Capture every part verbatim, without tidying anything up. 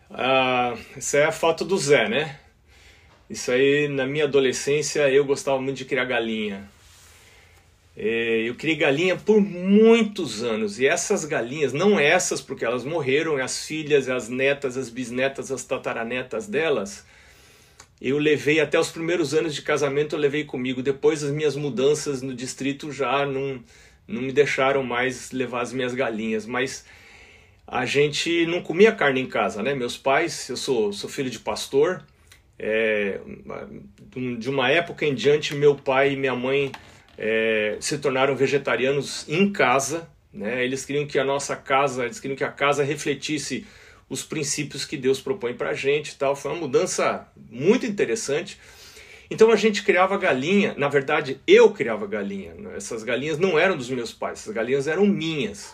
Ah, essa é a foto do Zé, né? Isso aí, na minha adolescência, eu gostava muito de criar galinha. É, Eu criei galinha por muitos anos. E essas galinhas, não essas, porque elas morreram, as filhas, as netas, as bisnetas, as tataranetas delas, eu levei até os primeiros anos de casamento, eu levei comigo. Depois as minhas mudanças no distrito já não, não me deixaram mais levar as minhas galinhas. Mas a gente não comia carne em casa, né? Meus pais, eu sou, sou filho de pastor. É, de uma época em diante, meu pai e minha mãe é, se tornaram vegetarianos em casa, né? Eles queriam que a nossa casa, eles queriam que a casa refletisse os princípios que Deus propõe para a gente e tal. Foi uma mudança muito interessante. Então a gente criava galinha, na verdade eu criava galinha. Essas galinhas não eram dos meus pais, essas galinhas eram minhas.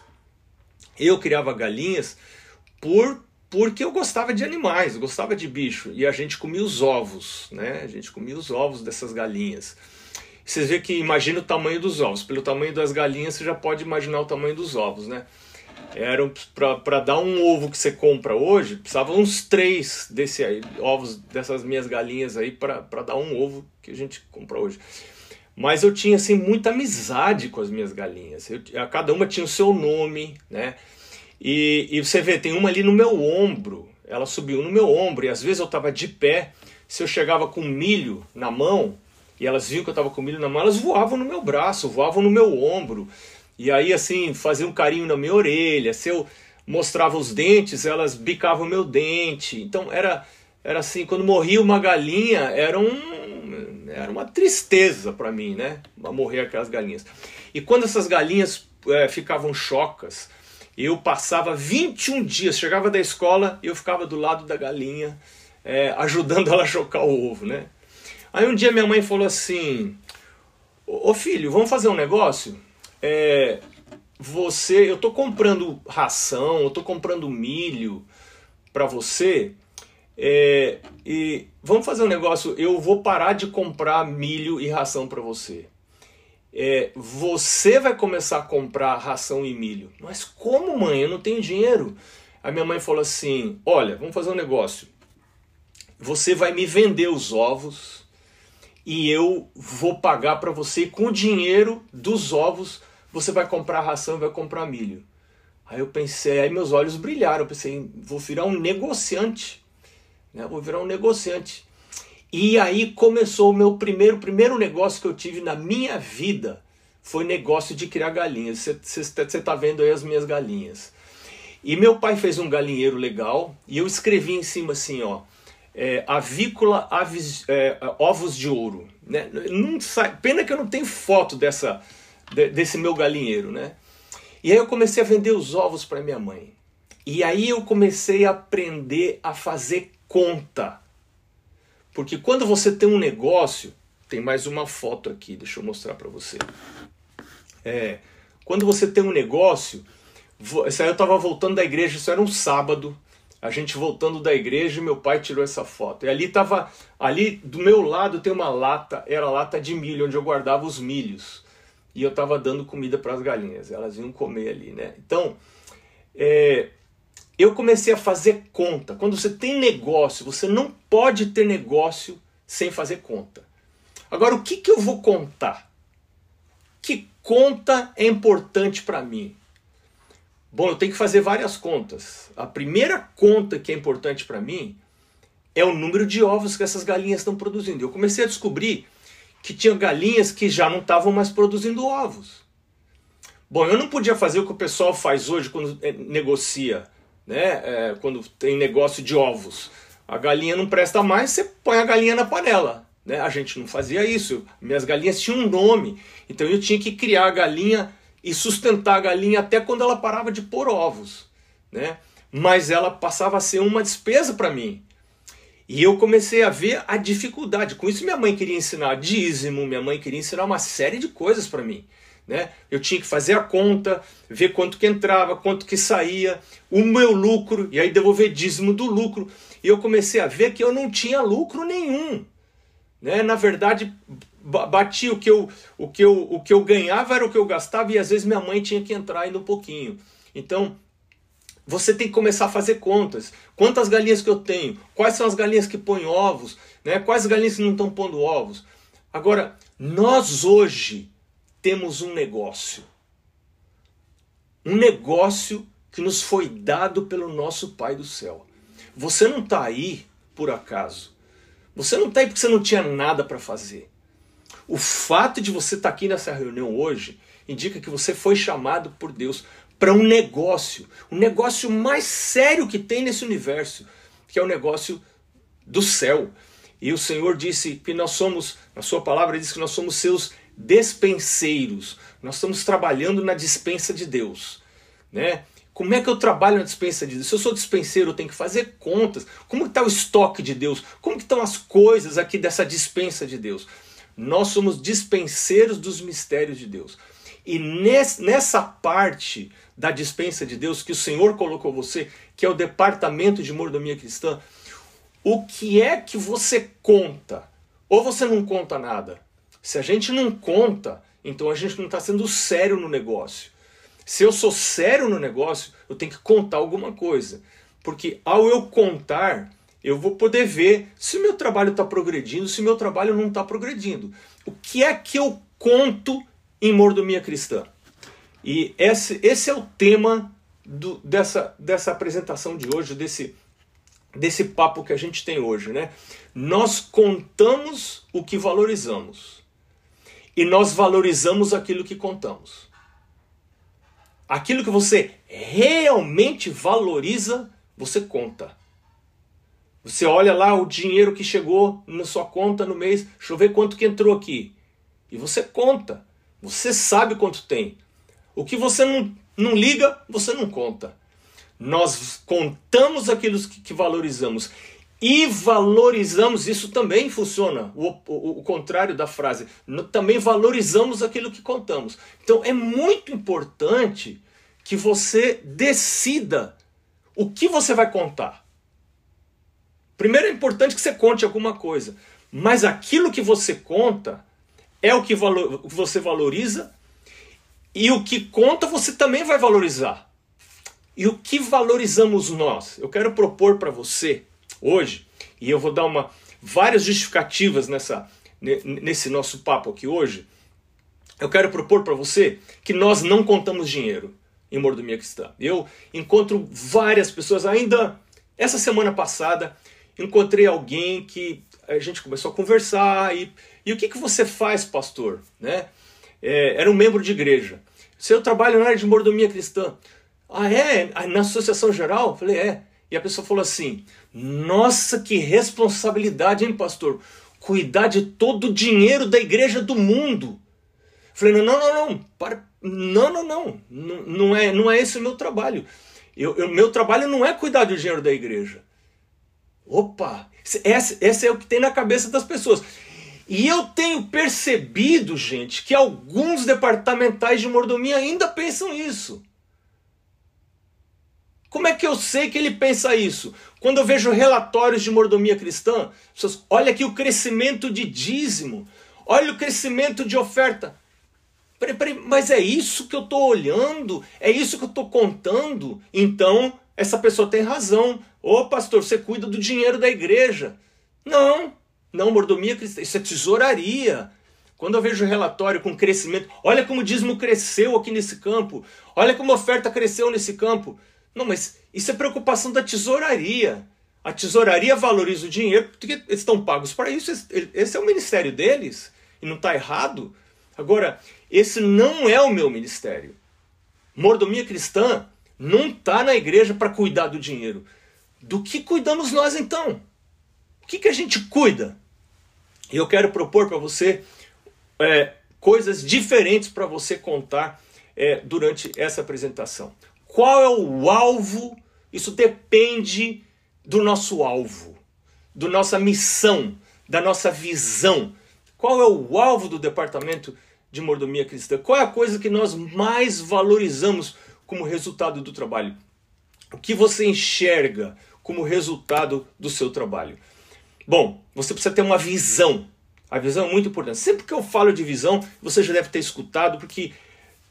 Eu criava galinhas por porque eu gostava de animais, eu gostava de bicho, e a gente comia os ovos, né? A gente comia os ovos dessas galinhas. Vocês veem que imagina o tamanho dos ovos. Pelo tamanho das galinhas você já pode imaginar o tamanho dos ovos, né? Eram para dar um ovo que você compra hoje, precisava uns três desse aí, ovos dessas minhas galinhas aí para dar um ovo que a gente compra hoje. Mas eu tinha assim muita amizade com as minhas galinhas. Eu, cada uma tinha o seu nome, né? E, e você vê, tem uma ali no meu ombro. Ela subiu no meu ombro e às vezes eu estava de pé. Se eu chegava com milho na mão e elas viam que eu estava com milho na mão, elas voavam no meu braço, voavam no meu ombro. E aí assim, faziam um carinho na minha orelha. Se eu mostrava os dentes, elas bicavam o meu dente. Então era, era assim, quando morria uma galinha, era, um, era uma tristeza para mim, né? Morrer aquelas galinhas. E quando essas galinhas é, ficavam chocas, eu passava vinte e um dias, chegava da escola e eu ficava do lado da galinha, é, ajudando ela a chocar o ovo, né? Aí um dia minha mãe falou assim: ô filho, vamos fazer um negócio? É, você, eu tô comprando ração, eu tô comprando milho para você, é, e vamos fazer um negócio, eu vou parar de comprar milho e ração para você. É, você vai começar a comprar ração e milho. Mas como, mãe? Eu não tenho dinheiro. A minha mãe falou assim: olha, vamos fazer um negócio. Você vai me vender os ovos e eu vou pagar para você. E com o dinheiro dos ovos você vai comprar ração e vai comprar milho. Aí eu pensei, aí meus olhos brilharam. Eu pensei, vou virar um negociante, né? Vou virar um negociante. E aí começou o meu primeiro, primeiro negócio que eu tive na minha vida. Foi negócio de criar galinhas. Você está vendo aí as minhas galinhas. E meu pai fez um galinheiro legal. E eu escrevi em cima assim, ó. É, avícola aves, é, ovos de ouro. Né? Não sai, pena que eu não tenho foto dessa, de, desse meu galinheiro, né? E aí eu comecei a vender os ovos para minha mãe. E aí eu comecei a aprender a fazer conta. Porque quando você tem um negócio, tem mais uma foto aqui, deixa eu mostrar para você. É, quando você tem um negócio, isso aí eu estava voltando da igreja, isso era um sábado, a gente voltando da igreja e meu pai tirou essa foto. E ali tava, ali do meu lado tem uma lata, era a lata de milho, onde eu guardava os milhos. E eu estava dando comida para as galinhas, elas iam comer ali, né? Então, é... eu comecei a fazer conta. Quando você tem negócio, você não pode ter negócio sem fazer conta. Agora, o que, que eu vou contar? Que conta é importante para mim? Bom, eu tenho que fazer várias contas. A primeira conta que é importante para mim é o número de ovos que essas galinhas estão produzindo. Eu comecei a descobrir que tinha galinhas que já não estavam mais produzindo ovos. Bom, eu não podia fazer o que o pessoal faz hoje quando negocia, né? É, quando tem negócio de ovos. A galinha não presta mais, você põe a galinha na panela, né? A gente não fazia isso. Minhas galinhas tinham um nome, então eu tinha que criar a galinha e sustentar a galinha até quando ela parava de pôr ovos, né? Mas ela passava a ser uma despesa para mim. E eu comecei a ver a dificuldade. Com isso minha mãe queria ensinar dízimo, minha mãe queria ensinar uma série de coisas para mim. Né? Eu tinha que fazer a conta, ver quanto que entrava, quanto que saía, o meu lucro, e aí devolver dízimo do lucro. E eu comecei a ver que eu não tinha lucro nenhum. Né? Na verdade, batia o que, eu, o, que eu, o que eu ganhava era o que eu gastava, e às vezes minha mãe tinha que entrar ainda um pouquinho. Então, você tem que começar a fazer contas. Quantas galinhas que eu tenho? Quais são as galinhas que põem ovos? Né? Quais galinhas que não estão pondo ovos? Agora, nós hoje temos um negócio. Um negócio que nos foi dado pelo nosso Pai do céu. Você não está aí por acaso. Você não está aí porque você não tinha nada para fazer. O fato de você estar aqui nessa reunião hoje indica que você foi chamado por Deus para um negócio. O negócio mais sério que tem nesse universo, que é o negócio do céu. E o Senhor disse que nós somos, na sua palavra diz que nós somos seus despenseiros. Nós estamos trabalhando na dispensa de Deus, né? Como é que eu trabalho na dispensa de Deus? Se eu sou dispenseiro, eu tenho que fazer contas. Como está o estoque de Deus? Como que estão as coisas aqui dessa dispensa de Deus? Nós somos dispenseiros dos mistérios de Deus. E nessa parte da dispensa de Deus que o Senhor colocou você, que é o departamento de mordomia cristã, o que é que você conta? Ou você não conta nada? Se a gente não conta, então a gente não está sendo sério no negócio. Se eu sou sério no negócio, eu tenho que contar alguma coisa. Porque ao eu contar, eu vou poder ver se o meu trabalho está progredindo, se o meu trabalho não está progredindo. O que é que eu conto em mordomia cristã? E esse, esse é o tema do, dessa, dessa apresentação de hoje, desse, desse papo que a gente tem hoje, né? Nós contamos o que valorizamos. E nós valorizamos aquilo que contamos. Aquilo que você realmente valoriza, você conta. Você olha lá o dinheiro que chegou na sua conta no mês, deixa eu ver quanto que entrou aqui. E você conta. Você sabe quanto tem. O que você não, não liga, você não conta. Nós contamos aquilo que, que valorizamos. E valorizamos, isso também funciona, o, o, o contrário da frase, também valorizamos aquilo que contamos. Então é muito importante que você decida o que você vai contar. Primeiro é importante que você conte alguma coisa, mas aquilo que você conta é o que valo, você valoriza e o que conta você também vai valorizar. E o que valorizamos nós? Eu quero propor para você hoje, e eu vou dar uma, várias justificativas nessa, nesse nosso papo aqui hoje, eu quero propor para você que nós não contamos dinheiro em mordomia cristã. Eu encontro várias pessoas, ainda essa semana passada, encontrei alguém que a gente começou a conversar, e, e o que, que você faz, pastor? Né? É, era um membro de igreja. Seu trabalho na área de mordomia cristã. Ah, é? Na associação geral? Eu falei, é. E a pessoa falou assim, nossa, que responsabilidade, hein, pastor? Cuidar de todo o dinheiro da igreja do mundo. Eu falei, não, não, não, não, para, não, não, não, não, não, é, não é esse o meu trabalho. Eu, eu, meu trabalho não é cuidar do dinheiro da igreja. Opa, esse, esse é o que tem na cabeça das pessoas. E eu tenho percebido, gente, que alguns departamentais de mordomia ainda pensam isso. Como é que eu sei que ele pensa isso? Quando eu vejo relatórios de mordomia cristã, pessoas, olha aqui o crescimento de dízimo, olha o crescimento de oferta. Peraí, peraí, mas é isso que eu estou olhando? É isso que eu estou contando? Então, essa pessoa tem razão. Ô pastor, você cuida do dinheiro da igreja. Não, não, mordomia cristã, isso é tesouraria. Quando eu vejo relatório com crescimento, olha como o dízimo cresceu aqui nesse campo, olha como a oferta cresceu nesse campo. Não, mas isso é preocupação da tesouraria. A tesouraria valoriza o dinheiro porque eles estão pagos para isso. Esse é o ministério deles e não está errado. Agora, esse não é o meu ministério. Mordomia cristã não está na igreja para cuidar do dinheiro. Do que cuidamos nós então? O que, que a gente cuida? E eu quero propor para você é, coisas diferentes para você contar é, durante essa apresentação. Qual é o alvo? Isso depende do nosso alvo, da nossa missão, da nossa visão. Qual é o alvo do departamento de mordomia cristã? Qual é a coisa que nós mais valorizamos como resultado do trabalho? O que você enxerga como resultado do seu trabalho? Bom, você precisa ter uma visão. A visão é muito importante. Sempre que eu falo de visão, você já deve ter escutado, porque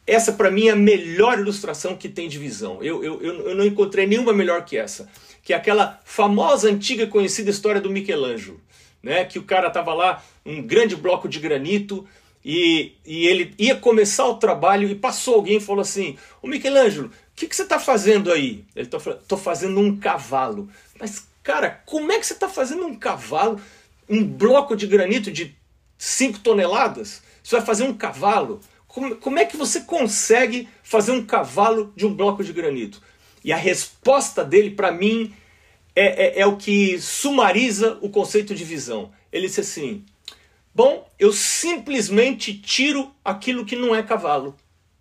essa para mim é a melhor ilustração que tem de visão. Eu, eu, eu não encontrei nenhuma melhor que essa. Que é aquela famosa, antiga e conhecida história do Michelangelo. Né? Que o cara estava lá, um grande bloco de granito, e, e ele ia começar o trabalho e passou alguém e falou assim: ô Michelangelo, o que, que você está fazendo aí? Ele está falando: estou fazendo um cavalo. Mas cara, como é que você está fazendo um cavalo? Um bloco de granito de cinco toneladas? Você vai fazer um cavalo? Como, como é que você consegue fazer um cavalo de um bloco de granito? E a resposta dele, para mim, é, é, é o que sumariza o conceito de visão. Ele disse assim: bom, eu simplesmente tiro aquilo que não é cavalo.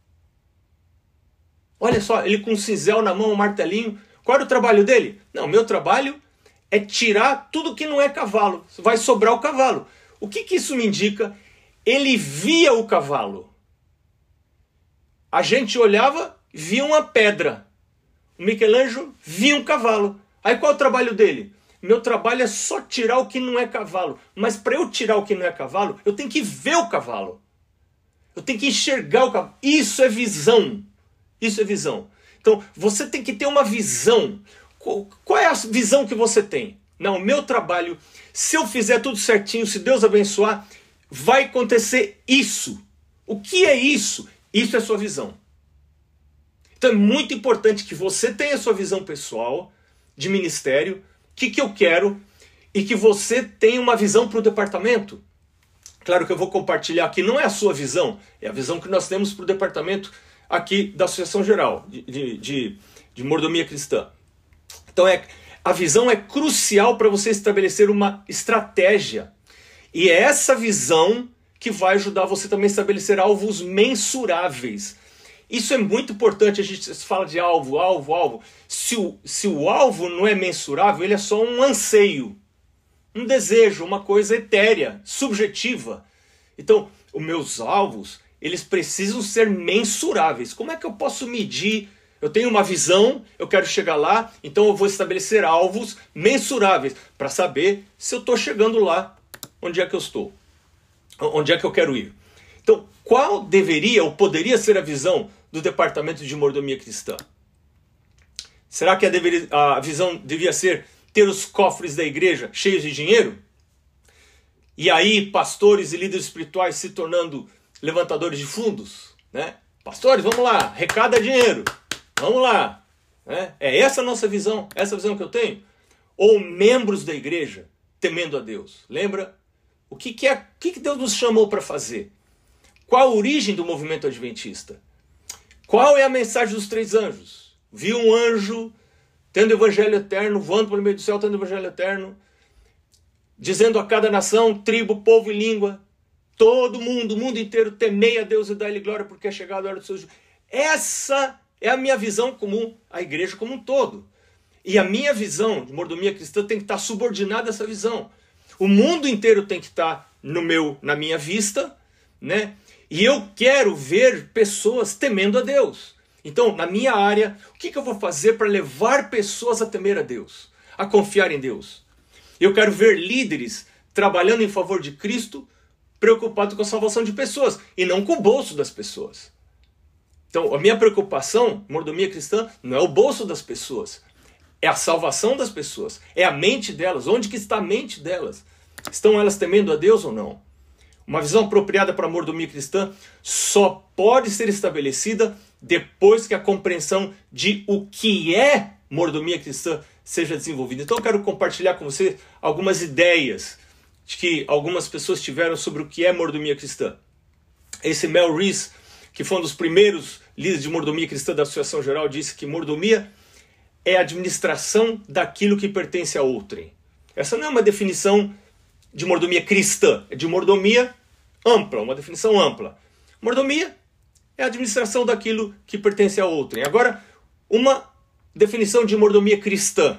Olha só, ele com um cinzel na mão, um martelinho. Qual era o trabalho dele? Não, meu trabalho é tirar tudo que não é cavalo. Vai sobrar o cavalo. O que, que isso me indica? Ele via o cavalo. A gente olhava, via uma pedra. O Michelangelo via um cavalo. Aí qual é o trabalho dele? Meu trabalho é só tirar o que não é cavalo. Mas para eu tirar o que não é cavalo, eu tenho que ver o cavalo. Eu tenho que enxergar o cavalo. Isso é visão. Isso é visão. Então, você tem que ter uma visão. Qual é a visão que você tem? Não, o meu trabalho, se eu fizer tudo certinho, se Deus abençoar, vai acontecer isso. O que é isso? Isso é sua visão. Então é muito importante que você tenha a sua visão pessoal, de ministério, o que, que eu quero, e que você tenha uma visão para o departamento. Claro que eu vou compartilhar aqui, não é a sua visão, é a visão que nós temos para o departamento aqui da Associação Geral de, de, de, de Mordomia Cristã. Então é, a visão é crucial para você estabelecer uma estratégia. E é essa visão que vai ajudar você também a estabelecer alvos mensuráveis. Isso é muito importante, a gente fala de alvo, alvo, alvo. Se o, se o alvo não é mensurável, ele é só um anseio, um desejo, uma coisa etérea, subjetiva. Então, os meus alvos, eles precisam ser mensuráveis. Como é que eu posso medir? Eu tenho uma visão, eu quero chegar lá, então eu vou estabelecer alvos mensuráveis para saber se eu estou chegando lá, onde é que eu estou, onde é que eu quero ir. Então, qual deveria ou poderia ser a visão do Departamento de Mordomia Cristã? Será que a, deveria, a visão devia ser ter os cofres da igreja cheios de dinheiro? E aí pastores e líderes espirituais se tornando levantadores de fundos? Né? Pastores, vamos lá, arrecada dinheiro, vamos lá. Né? É essa a nossa visão, essa a visão que eu tenho? Ou membros da igreja temendo a Deus? Lembra? O que, que, é, o que, que Deus nos chamou para fazer? Qual a origem do movimento adventista? Qual é a mensagem dos três anjos? Vi um anjo tendo o evangelho eterno, voando pelo meio do céu, tendo o evangelho eterno, dizendo a cada nação, tribo, povo e língua, todo mundo, o mundo inteiro, temei a Deus e dai-lhe glória, porque é chegada a hora do seu juízo. Essa é a minha visão comum, a igreja como um todo. E a minha visão de mordomia cristã tem que estar subordinada a essa visão. O mundo inteiro tem que estar no meu, na minha vista, né? E eu quero ver pessoas temendo a Deus. Então, na minha área, o que, que eu vou fazer para levar pessoas a temer a Deus? A confiar em Deus? Eu quero ver líderes trabalhando em favor de Cristo, preocupados com a salvação de pessoas, e não com o bolso das pessoas. Então, a minha preocupação, mordomia cristã, não é o bolso das pessoas. É a salvação das pessoas. É a mente delas. Onde que está a mente delas? Estão elas temendo a Deus ou não? Uma visão apropriada para a mordomia cristã só pode ser estabelecida depois que a compreensão de o que é mordomia cristã seja desenvolvida. Então eu quero compartilhar com você algumas ideias de que algumas pessoas tiveram sobre o que é mordomia cristã. Esse Mel Rees, que foi um dos primeiros líderes de mordomia cristã da Associação Geral, disse que mordomia é a administração daquilo que pertence a outrem. Essa não é uma definição de mordomia cristã, é de mordomia ampla, uma definição ampla. Mordomia é a administração daquilo que pertence a outrem. Agora, uma definição de mordomia cristã.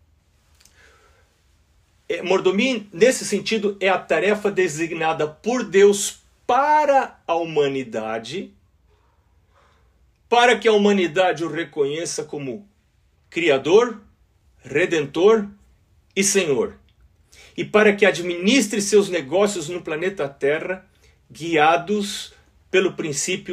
É, mordomia, nesse sentido, é a tarefa designada por Deus para a humanidade, para que a humanidade o reconheça como Criador, Redentor e Senhor. E para que administre seus negócios no planeta Terra, guiados pelo princípio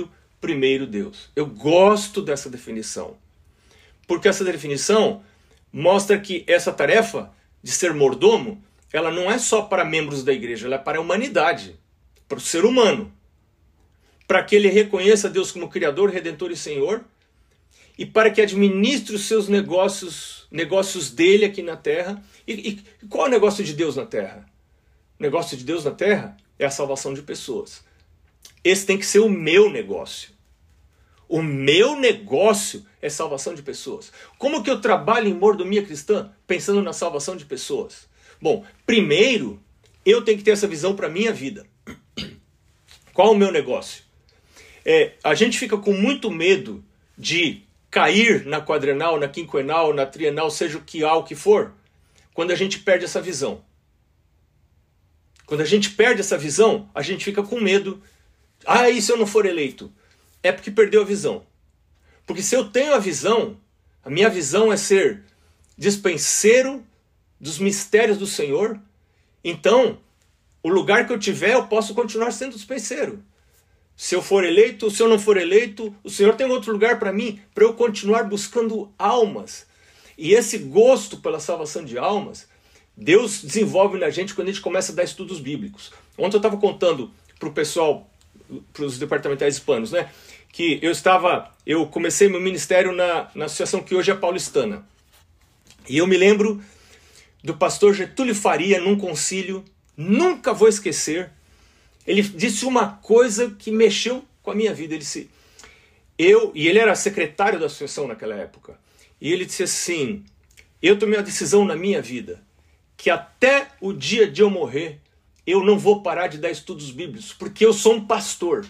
primeiro Deus. Eu gosto dessa definição, porque essa definição mostra que essa tarefa de ser mordomo, ela não é só para membros da igreja, ela é para a humanidade, para o ser humano, para que ele reconheça Deus como Criador, Redentor e Senhor, e para que administre os seus negócios, negócios dele aqui na terra. E, e qual é o negócio de Deus na terra? O negócio de Deus na terra é a salvação de pessoas. Esse tem que ser o meu negócio. O meu negócio é salvação de pessoas. Como que eu trabalho em mordomia cristã? Pensando na salvação de pessoas. Bom, primeiro, eu tenho que ter essa visão para a minha vida. Qual o meu negócio? É, a gente fica com muito medo de cair na quadrenal, na quinquenal, na trienal, seja o que há, o que for, quando a gente perde essa visão. Quando a gente perde essa visão, a gente fica com medo. Ah, e se eu não for eleito? É porque perdeu a visão. Porque se eu tenho a visão, a minha visão é ser dispenseiro dos mistérios do Senhor, então, o lugar que eu tiver, eu posso continuar sendo dispenseiro. Se eu for eleito, se eu não for eleito, o Senhor tem outro lugar para mim, para eu continuar buscando almas. E esse gosto pela salvação de almas, Deus desenvolve na gente quando a gente começa a dar estudos bíblicos. Ontem eu estava contando para o pessoal, para os departamentais hispanos, né, que eu estava, eu comecei meu ministério na, na associação que hoje é paulistana. E eu me lembro do pastor Getúlio Faria num concílio, nunca vou esquecer. Ele disse uma coisa que mexeu com a minha vida. Ele disse, eu, e ele era secretário da associação naquela época, e ele disse assim, eu tomei uma decisão na minha vida, que até o dia de eu morrer, eu não vou parar de dar estudos bíblicos, porque eu sou um pastor.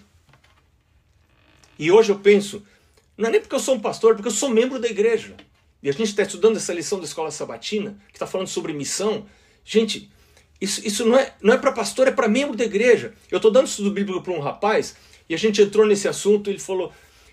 E hoje eu penso, não é nem porque eu sou um pastor, porque eu sou membro da igreja. E a gente está estudando essa lição da escola sabatina, que está falando sobre missão. Gente, isso, isso não é, não é para pastor, é para membro da igreja. Eu estou dando estudo bíblico para um rapaz, e a gente entrou nesse assunto, e ele falou...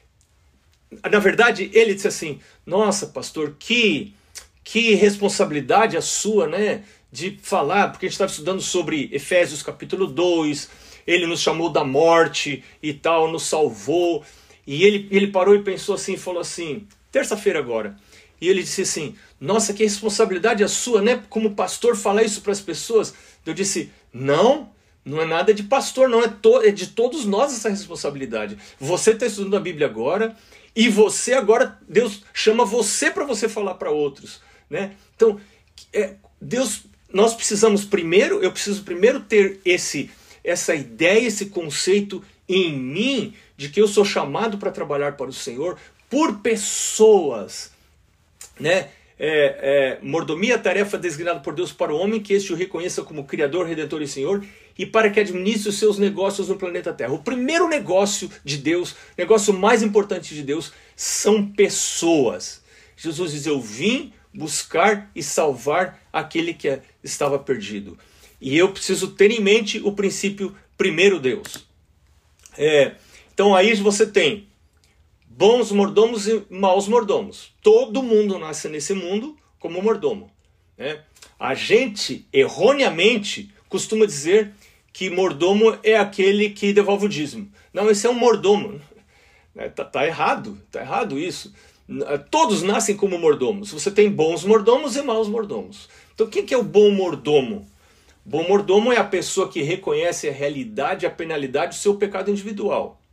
Na verdade, ele disse assim, nossa, pastor, que, que responsabilidade a sua, né, de falar, porque a gente estava estudando sobre Efésios capítulo dois, ele nos chamou da morte e tal, nos salvou, e ele, ele parou e pensou assim, falou assim, terça-feira agora, e ele disse assim, nossa, que responsabilidade a sua, né, como pastor falar isso para as pessoas. Eu disse, não, não é nada de pastor, não, é, to, é de todos nós essa responsabilidade. Você está estudando a Bíblia agora, e você agora, Deus chama você para você falar para outros, né? Então, é, Deus, nós precisamos primeiro, eu preciso primeiro ter esse, essa ideia, esse conceito em mim, de que eu sou chamado para trabalhar para o Senhor por pessoas, né? É, é, mordomia, tarefa designada por Deus para o homem, que este o reconheça como Criador, Redentor e Senhor, e para que administre os seus negócios no planeta Terra. O primeiro negócio de Deus, negócio mais importante de Deus, são pessoas. Jesus diz, eu vim buscar e salvar aquele que estava perdido. E eu preciso ter em mente o princípio primeiro Deus. É, então aí você tem bons mordomos e maus mordomos. Todo mundo nasce nesse mundo como mordomo, né? A gente, erroneamente, costuma dizer que mordomo é aquele que devolve o dízimo. Não, esse é um mordomo. Tá, tá errado, tá errado isso. Todos nascem como mordomos. Você tem bons mordomos e maus mordomos. Então quem que é o bom mordomo? Bom mordomo é a pessoa que reconhece a realidade, a penalidade do seu pecado individual.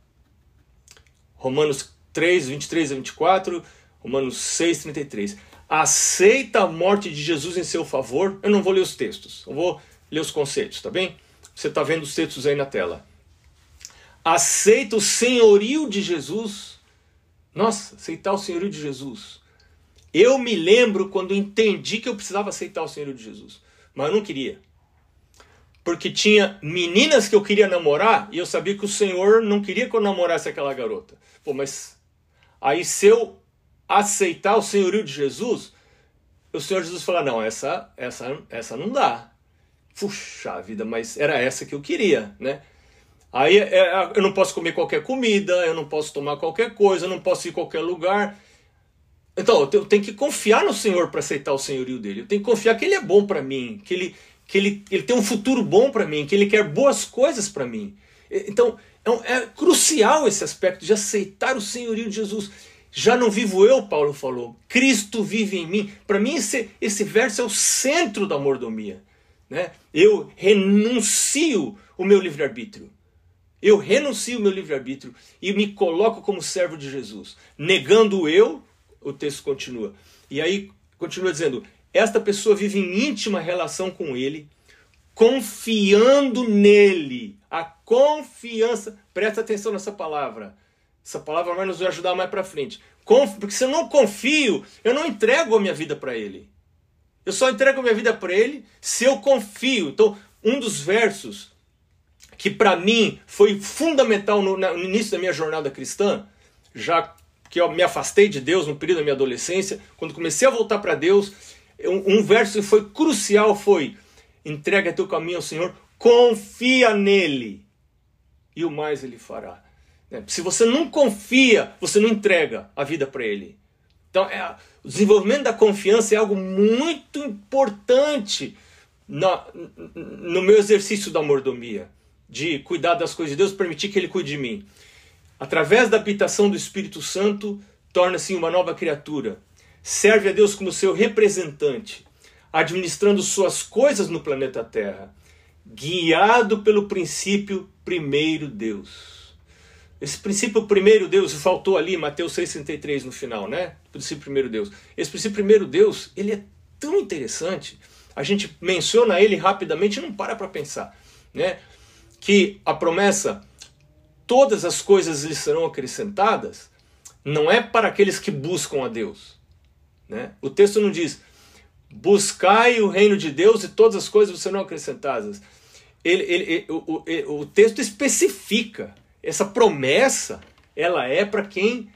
Romanos três, vinte e três a vinte e quatro, Romanos seis, trinta e três. Aceita a morte de Jesus em seu favor. Eu não vou ler os textos, eu vou ler os conceitos, tá bem? Você está vendo os textos aí na tela. Aceita o senhorio de Jesus. Nossa, aceitar o senhorio de Jesus. Eu me lembro quando entendi que eu precisava aceitar o senhorio de Jesus, mas eu não queria. Porque tinha meninas que eu queria namorar e eu sabia que o Senhor não queria que eu namorasse aquela garota. Pô, mas aí se eu aceitar o senhorio de Jesus, o Senhor Jesus fala, não, essa, essa, essa não dá. Puxa vida, mas era essa que eu queria, né? Aí eu não posso comer qualquer comida, eu não posso tomar qualquer coisa, eu não posso ir em qualquer lugar. Então eu tenho que confiar no Senhor para aceitar o senhorio dele. Eu tenho que confiar que ele é bom para mim, que ele... que ele, ele tem um futuro bom para mim, que ele quer boas coisas para mim. Então, É, um, é crucial esse aspecto de aceitar o senhorio de Jesus. Já não vivo eu, Paulo falou, Cristo vive em mim. Para mim esse, esse verso é o centro da mordomia. Né? Eu renuncio o meu livre-arbítrio. Eu renuncio o meu livre-arbítrio e me coloco como servo de Jesus. Negando o eu, o texto continua. E aí continua dizendo, esta pessoa vive em íntima relação com ele, confiando nele. A confiança, presta atenção nessa palavra. Essa palavra vai nos ajudar mais para frente. Porque se eu não confio, eu não entrego a minha vida para ele. Eu só entrego a minha vida para ele se eu confio. Então, um dos versos que para mim foi fundamental no, no início da minha jornada cristã, já que eu me afastei de Deus no período da minha adolescência, quando comecei a voltar para Deus, um, um verso que foi crucial foi: entrega teu caminho ao Senhor, confia nele e o mais ele fará. Se você não confia, você não entrega a vida para ele. Então, é, o desenvolvimento da confiança é algo muito importante na, no meu exercício da mordomia, de cuidar das coisas de Deus, permitir que ele cuide de mim. Através da habitação do Espírito Santo, torna-se uma nova criatura. Serve a Deus como seu representante, administrando suas coisas no planeta Terra, guiado pelo princípio primeiro Deus. Esse princípio primeiro Deus, faltou ali Mateus seis, trinta e três no final, né? Princípio primeiro Deus. Esse princípio primeiro Deus, ele é tão interessante, a gente menciona ele rapidamente e não para para pensar, né? Que a promessa, todas as coisas lhes serão acrescentadas, não é para aqueles que buscam a Deus, né? O texto não diz, buscai o reino de Deus e todas as coisas serão acrescentadas. Ele, ele, ele, o, o, o texto especifica. Essa promessa, ela é para quem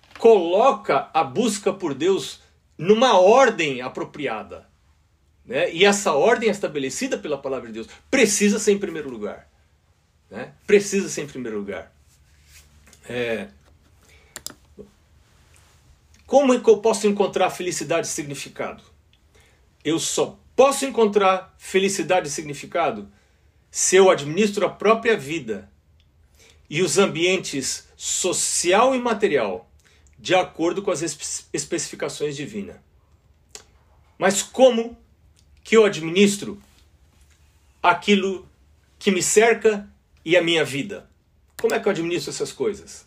coloca a busca por Deus numa ordem apropriada, né? E essa ordem é estabelecida pela palavra de Deus. Precisa ser em primeiro lugar, né? Precisa ser em primeiro lugar. É... Como é que eu posso encontrar felicidade e significado? Eu só posso encontrar felicidade e significado se eu administro a própria vida e os ambientes social e material de acordo com as espe- especificações divinas. Mas como que eu administro aquilo que me cerca e a minha vida? Como é que eu administro essas coisas?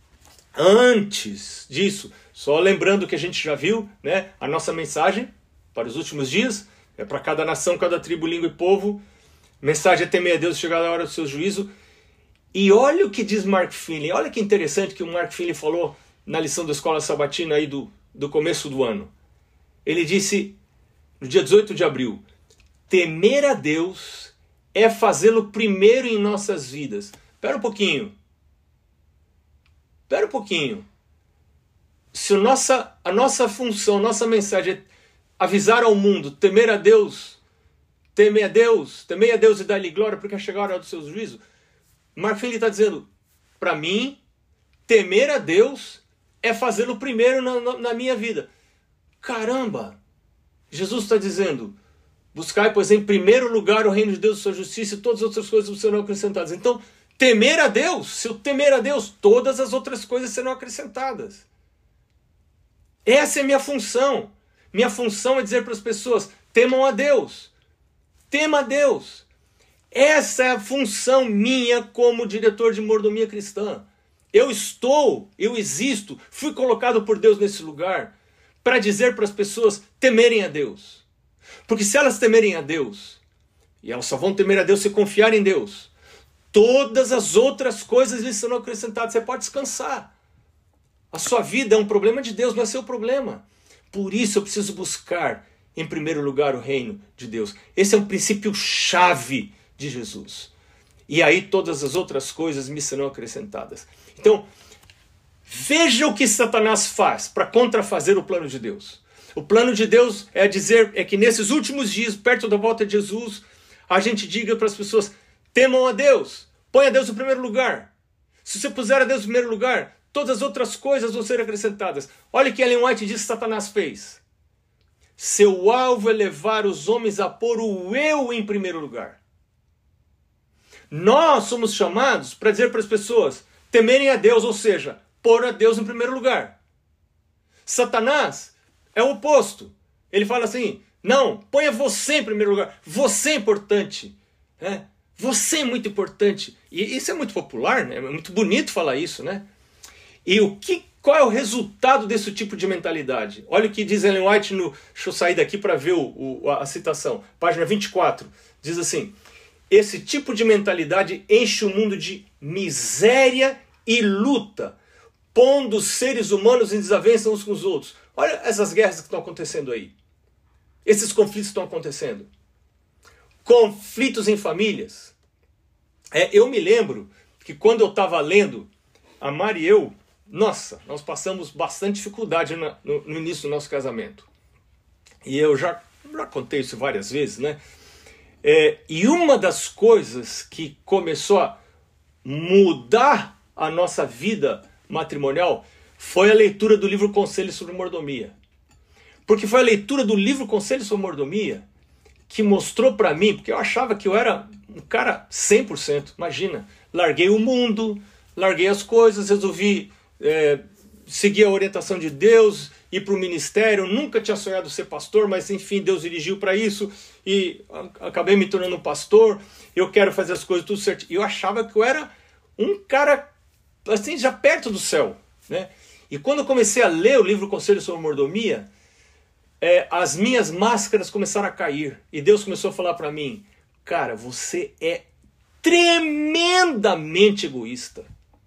Antes disso, só lembrando que a gente já viu, né, a nossa mensagem para os últimos dias, é para cada nação, cada tribo, língua e povo. Mensagem é temer a Deus e chegar a hora do seu juízo. E olha o que diz Mark Finley, olha que interessante que o Mark Finley falou na lição da Escola Sabatina aí do, do começo do ano. Ele disse, no dia dezoito de abril, temer a Deus é fazê-lo primeiro em nossas vidas. Espera um pouquinho. Espera um pouquinho. Se a nossa, a nossa função, a nossa mensagem é avisar ao mundo, temer a Deus, temer a Deus, temer a Deus e dar-lhe glória porque é chegar a hora do seu juízo, Mark Finley está dizendo, para mim, temer a Deus é fazê-lo primeiro na, na, na minha vida. Caramba! Jesus está dizendo, buscai, pois, em primeiro lugar o reino de Deus e sua justiça e todas as outras coisas serão acrescentadas. Então, temer a Deus, se eu temer a Deus, todas as outras coisas serão acrescentadas. Essa é minha função. Minha função é dizer para as pessoas, temam a Deus. Tema a Deus. Essa é a função minha como diretor de mordomia cristã. Eu estou, eu existo, fui colocado por Deus nesse lugar para dizer para as pessoas temerem a Deus. Porque se elas temerem a Deus, e elas só vão temer a Deus se confiarem em Deus, todas as outras coisas lhes serão acrescentadas. Você pode descansar. A sua vida é um problema de Deus, não é seu problema. Por isso eu preciso buscar, em primeiro lugar, o reino de Deus. Esse é um princípio chave de Jesus. E aí todas as outras coisas me serão acrescentadas. Então, veja o que Satanás faz para contrafazer o plano de Deus. O plano de Deus é dizer, é que nesses últimos dias, perto da volta de Jesus, a gente diga para as pessoas, temam a Deus, põe a Deus no primeiro lugar. Se você puser a Deus no primeiro lugar, todas as outras coisas vão ser acrescentadas. Olha o que Ellen White diz que Satanás fez. Seu alvo é levar os homens a pôr o eu em primeiro lugar. Nós somos chamados para dizer para as pessoas temerem a Deus, ou seja, pôr a Deus em primeiro lugar. Satanás é o oposto. Ele fala assim, não, ponha você em primeiro lugar. Você é importante. Né? Você é muito importante. E isso é muito popular, né? É muito bonito falar isso, né? E o que, qual é o resultado desse tipo de mentalidade? Olha o que diz Ellen White no... Deixa eu sair daqui para ver o, o, a citação. Página vinte e quatro. Diz assim, esse tipo de mentalidade enche o mundo de miséria e luta, pondo os seres humanos em desavença uns com os outros. Olha essas guerras que estão acontecendo aí. Esses conflitos estão acontecendo. Conflitos em famílias. É, eu me lembro que quando eu estava lendo, a Mari e eu, nossa, nós passamos bastante dificuldade na, no, no início do nosso casamento. E eu já, já contei isso várias vezes, né? É, e uma das coisas que começou a mudar a nossa vida matrimonial foi a leitura do livro Conselhos sobre Mordomia. Porque foi a leitura do livro Conselhos sobre Mordomia que mostrou para mim, porque eu achava que eu era um cara cem por cento, imagina, larguei o mundo, larguei as coisas, resolvi é, seguir a orientação de Deus, ir para o ministério, nunca tinha sonhado ser pastor, mas enfim, Deus dirigiu para isso, e acabei me tornando um pastor, eu quero fazer as coisas tudo certo. Eu achava que eu era um cara, assim, já perto do céu, né? E quando eu comecei a ler o livro Conselhos sobre Mordomia, é, as minhas máscaras começaram a cair, e Deus começou a falar para mim, cara, você é tremendamente egoísta,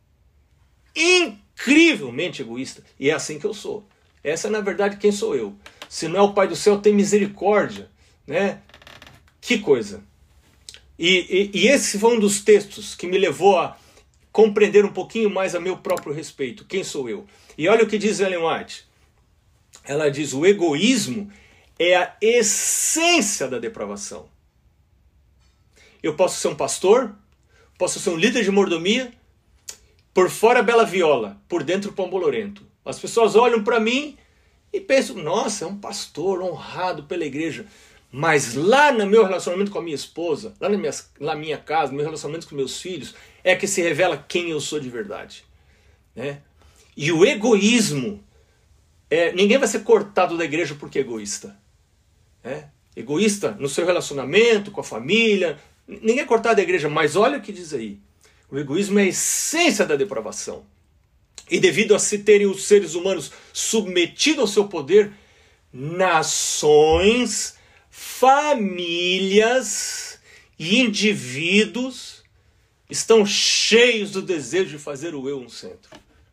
incrivelmente egoísta, e é assim que eu sou. Essa é, na verdade, quem sou eu. Se não é o Pai do céu, tem misericórdia, né? Que coisa. E, e, e esse foi um dos textos que me levou a compreender um pouquinho mais a meu próprio respeito. Quem sou eu? E olha o que diz Ellen White. Ela diz, o egoísmo é a essência da depravação. Eu posso ser um pastor, posso ser um líder de mordomia, por fora bela viola, por dentro pão bolorento. As pessoas olham para mim e pensam, nossa, é um pastor honrado pela igreja. Mas lá no meu relacionamento com a minha esposa, lá na minha, na minha casa, no meu relacionamento com meus filhos, é que se revela quem eu sou de verdade. Né? E o egoísmo, é, ninguém vai ser cortado da igreja porque é egoísta. Né? Egoísta no seu relacionamento, com a família, ninguém é cortado da igreja, mas olha o que diz aí. O egoísmo é a essência da depravação. E devido a se terem os seres humanos submetidos ao seu poder, nações, famílias e indivíduos estão cheios do desejo de fazer o eu um centro.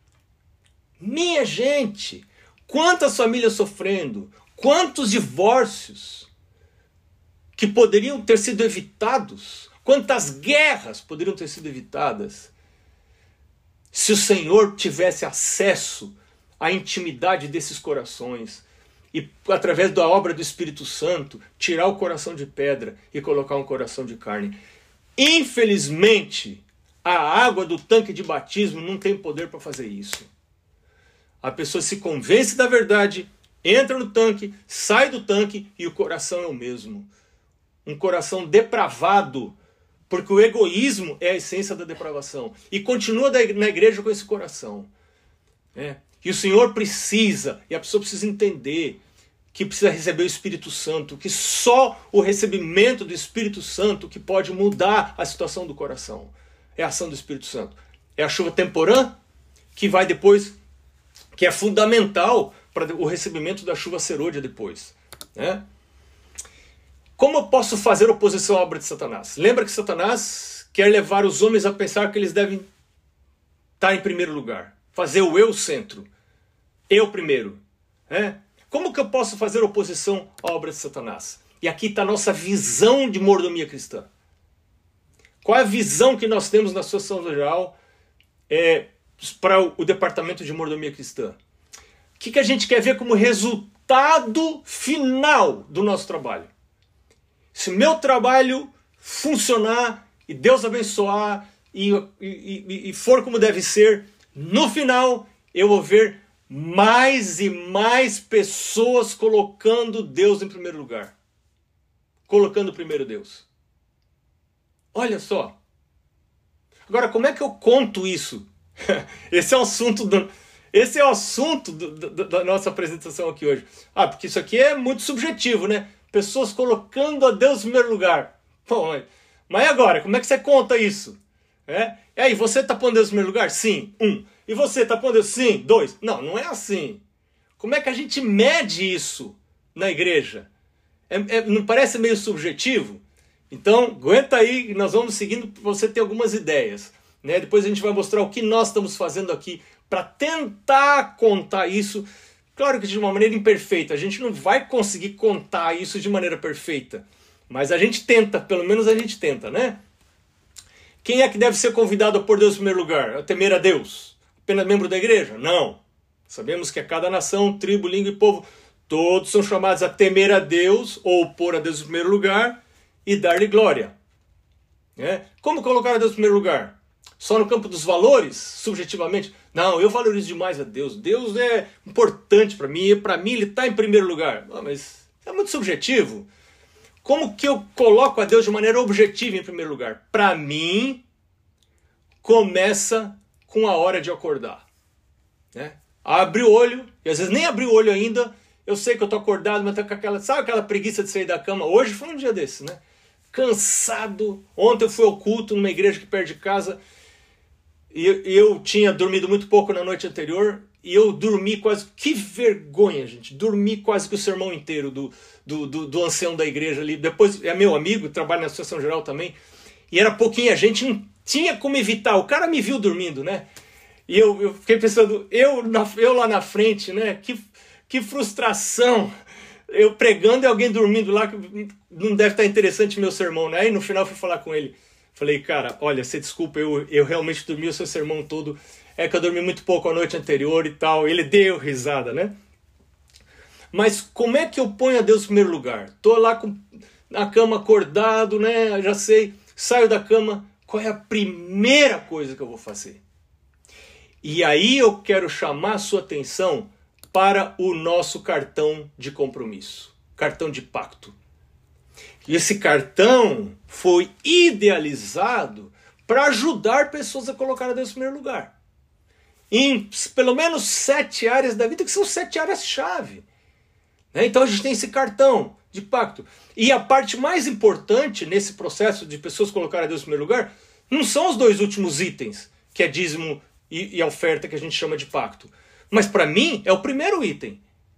Minha gente, quantas famílias sofrendo, quantos divórcios que poderiam ter sido evitados, quantas guerras poderiam ter sido evitadas se o Senhor tivesse acesso à intimidade desses corações e, através da obra do Espírito Santo, tirar o coração de pedra e colocar um coração de carne. Infelizmente, a água do tanque de batismo não tem poder para fazer isso. A pessoa se convence da verdade, entra no tanque, sai do tanque e o coração é o mesmo. Um coração depravado, porque o egoísmo é a essência da depravação. E continua na igreja com esse coração. É. E o Senhor precisa, e a pessoa precisa entender, que precisa receber o Espírito Santo, que só o recebimento do Espírito Santo que pode mudar a situação do coração. É a ação do Espírito Santo. É a chuva temporã, que vai depois, que é fundamental para o recebimento da chuva serôdia depois. Né? Como eu posso fazer oposição à obra de Satanás? Lembra que Satanás quer levar os homens a pensar que eles devem estar em primeiro lugar. Fazer o eu centro. Eu primeiro. É? Como que eu posso fazer oposição à obra de Satanás? E aqui está a nossa visão de mordomia cristã. Qual é a visão que nós temos na Associação Geral é, para o, o departamento de mordomia cristã? O que, que a gente quer ver como resultado final do nosso trabalho? Se o meu trabalho funcionar e Deus abençoar e, e, e for como deve ser, no final eu vou ver mais e mais pessoas colocando Deus em primeiro lugar. Colocando primeiro Deus. Olha só. Agora, como é que eu conto isso? Esse é o assunto do, esse é o assunto do, do, da nossa apresentação aqui hoje. Ah, porque isso aqui é muito subjetivo, né? Pessoas colocando a Deus em primeiro lugar. Pô, mas, mas e agora? Como é que você conta isso? É? E aí, você está pondo Deus em primeiro lugar? Sim. Um. E você está pondo Deus? Sim. Dois. Não, não é assim. Como é que a gente mede isso na igreja? É, é, não parece meio subjetivo? Então, aguenta aí, nós vamos seguindo para você ter algumas ideias. Né? Depois a gente vai mostrar o que nós estamos fazendo aqui para tentar contar isso. Claro que de uma maneira imperfeita. A gente não vai conseguir contar isso de maneira perfeita. Mas a gente tenta, pelo menos a gente tenta, né? Quem é que deve ser convidado a pôr Deus em primeiro lugar? A temer a Deus? Apenas membro da igreja? Não. Sabemos que a cada nação, tribo, língua e povo, todos são chamados a temer a Deus, ou pôr a Deus em primeiro lugar, e dar-lhe glória. É? Como colocar a Deus em primeiro lugar? Só no campo dos valores, subjetivamente? Não, eu valorizo demais a Deus. Deus é importante para mim, para mim ele está em primeiro lugar. Ah, mas é muito subjetivo. Como que eu coloco a Deus de maneira objetiva em primeiro lugar? Para mim, começa com a hora de acordar. Né? Abre o olho, e às vezes nem abri o olho ainda, eu sei que eu estou acordado, mas estou com aquela, sabe aquela preguiça de sair da cama? Hoje foi um dia desse, né? Cansado. Ontem eu fui ao culto numa igreja que perto de casa, e eu tinha dormido muito pouco na noite anterior, e eu dormi quase... Que vergonha, gente! Dormi quase que o sermão inteiro do, do, do, do ancião da igreja ali. Depois é meu amigo, trabalha na Associação Geral também, e era pouquinha gente, não tinha como evitar. O cara me viu dormindo, né? E eu, eu fiquei pensando, eu, na, eu lá na frente, né? Que, que frustração! Eu pregando e alguém dormindo lá, que não deve estar interessante meu sermão, né? Aí no final eu fui falar com ele. Falei, cara, olha, você desculpa, eu, eu realmente dormi o seu sermão todo. É que eu dormi muito pouco a noite anterior e tal. Ele deu risada, né? Mas como é que eu ponho a Deus em primeiro lugar? Tô lá com, na cama acordado, né? Já sei, saio da cama. Qual é a primeira coisa que eu vou fazer? E aí eu quero chamar a sua atenção para o nosso cartão de compromisso. Cartão de pacto. E esse cartão foi idealizado para ajudar pessoas a colocar a Deus em primeiro lugar. Em pelo menos sete áreas da vida, que são sete áreas-chave. Né? Então a gente tem esse cartão de pacto. E a parte mais importante nesse processo de pessoas colocarem a Deus em primeiro lugar não são os dois últimos itens, que é dízimo e, e a oferta que a gente chama de pacto. Mas para mim é o primeiro item.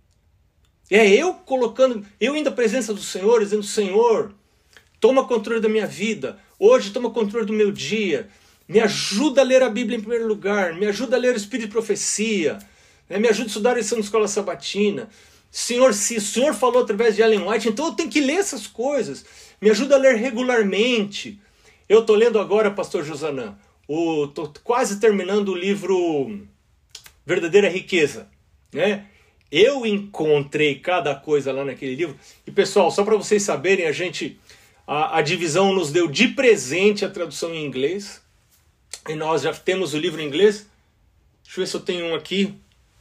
É eu colocando, eu indo à presença do Senhor, dizendo, Senhor, toma controle da minha vida, hoje toma controle do meu dia, me ajuda a ler a Bíblia em primeiro lugar, me ajuda a ler o Espírito de Profecia, né? Me ajuda a estudar isso na escola sabatina. Senhor, se o Senhor falou através de Ellen White, então eu tenho que ler essas coisas, me ajuda a ler regularmente. Eu estou lendo agora, pastor Josanã, estou quase terminando o livro Verdadeira Riqueza, né? Eu encontrei cada coisa lá naquele livro. E pessoal, só para vocês saberem, a gente, a, a divisão nos deu de presente a tradução em inglês. E nós já temos o livro em inglês. Deixa eu ver se eu tenho um aqui.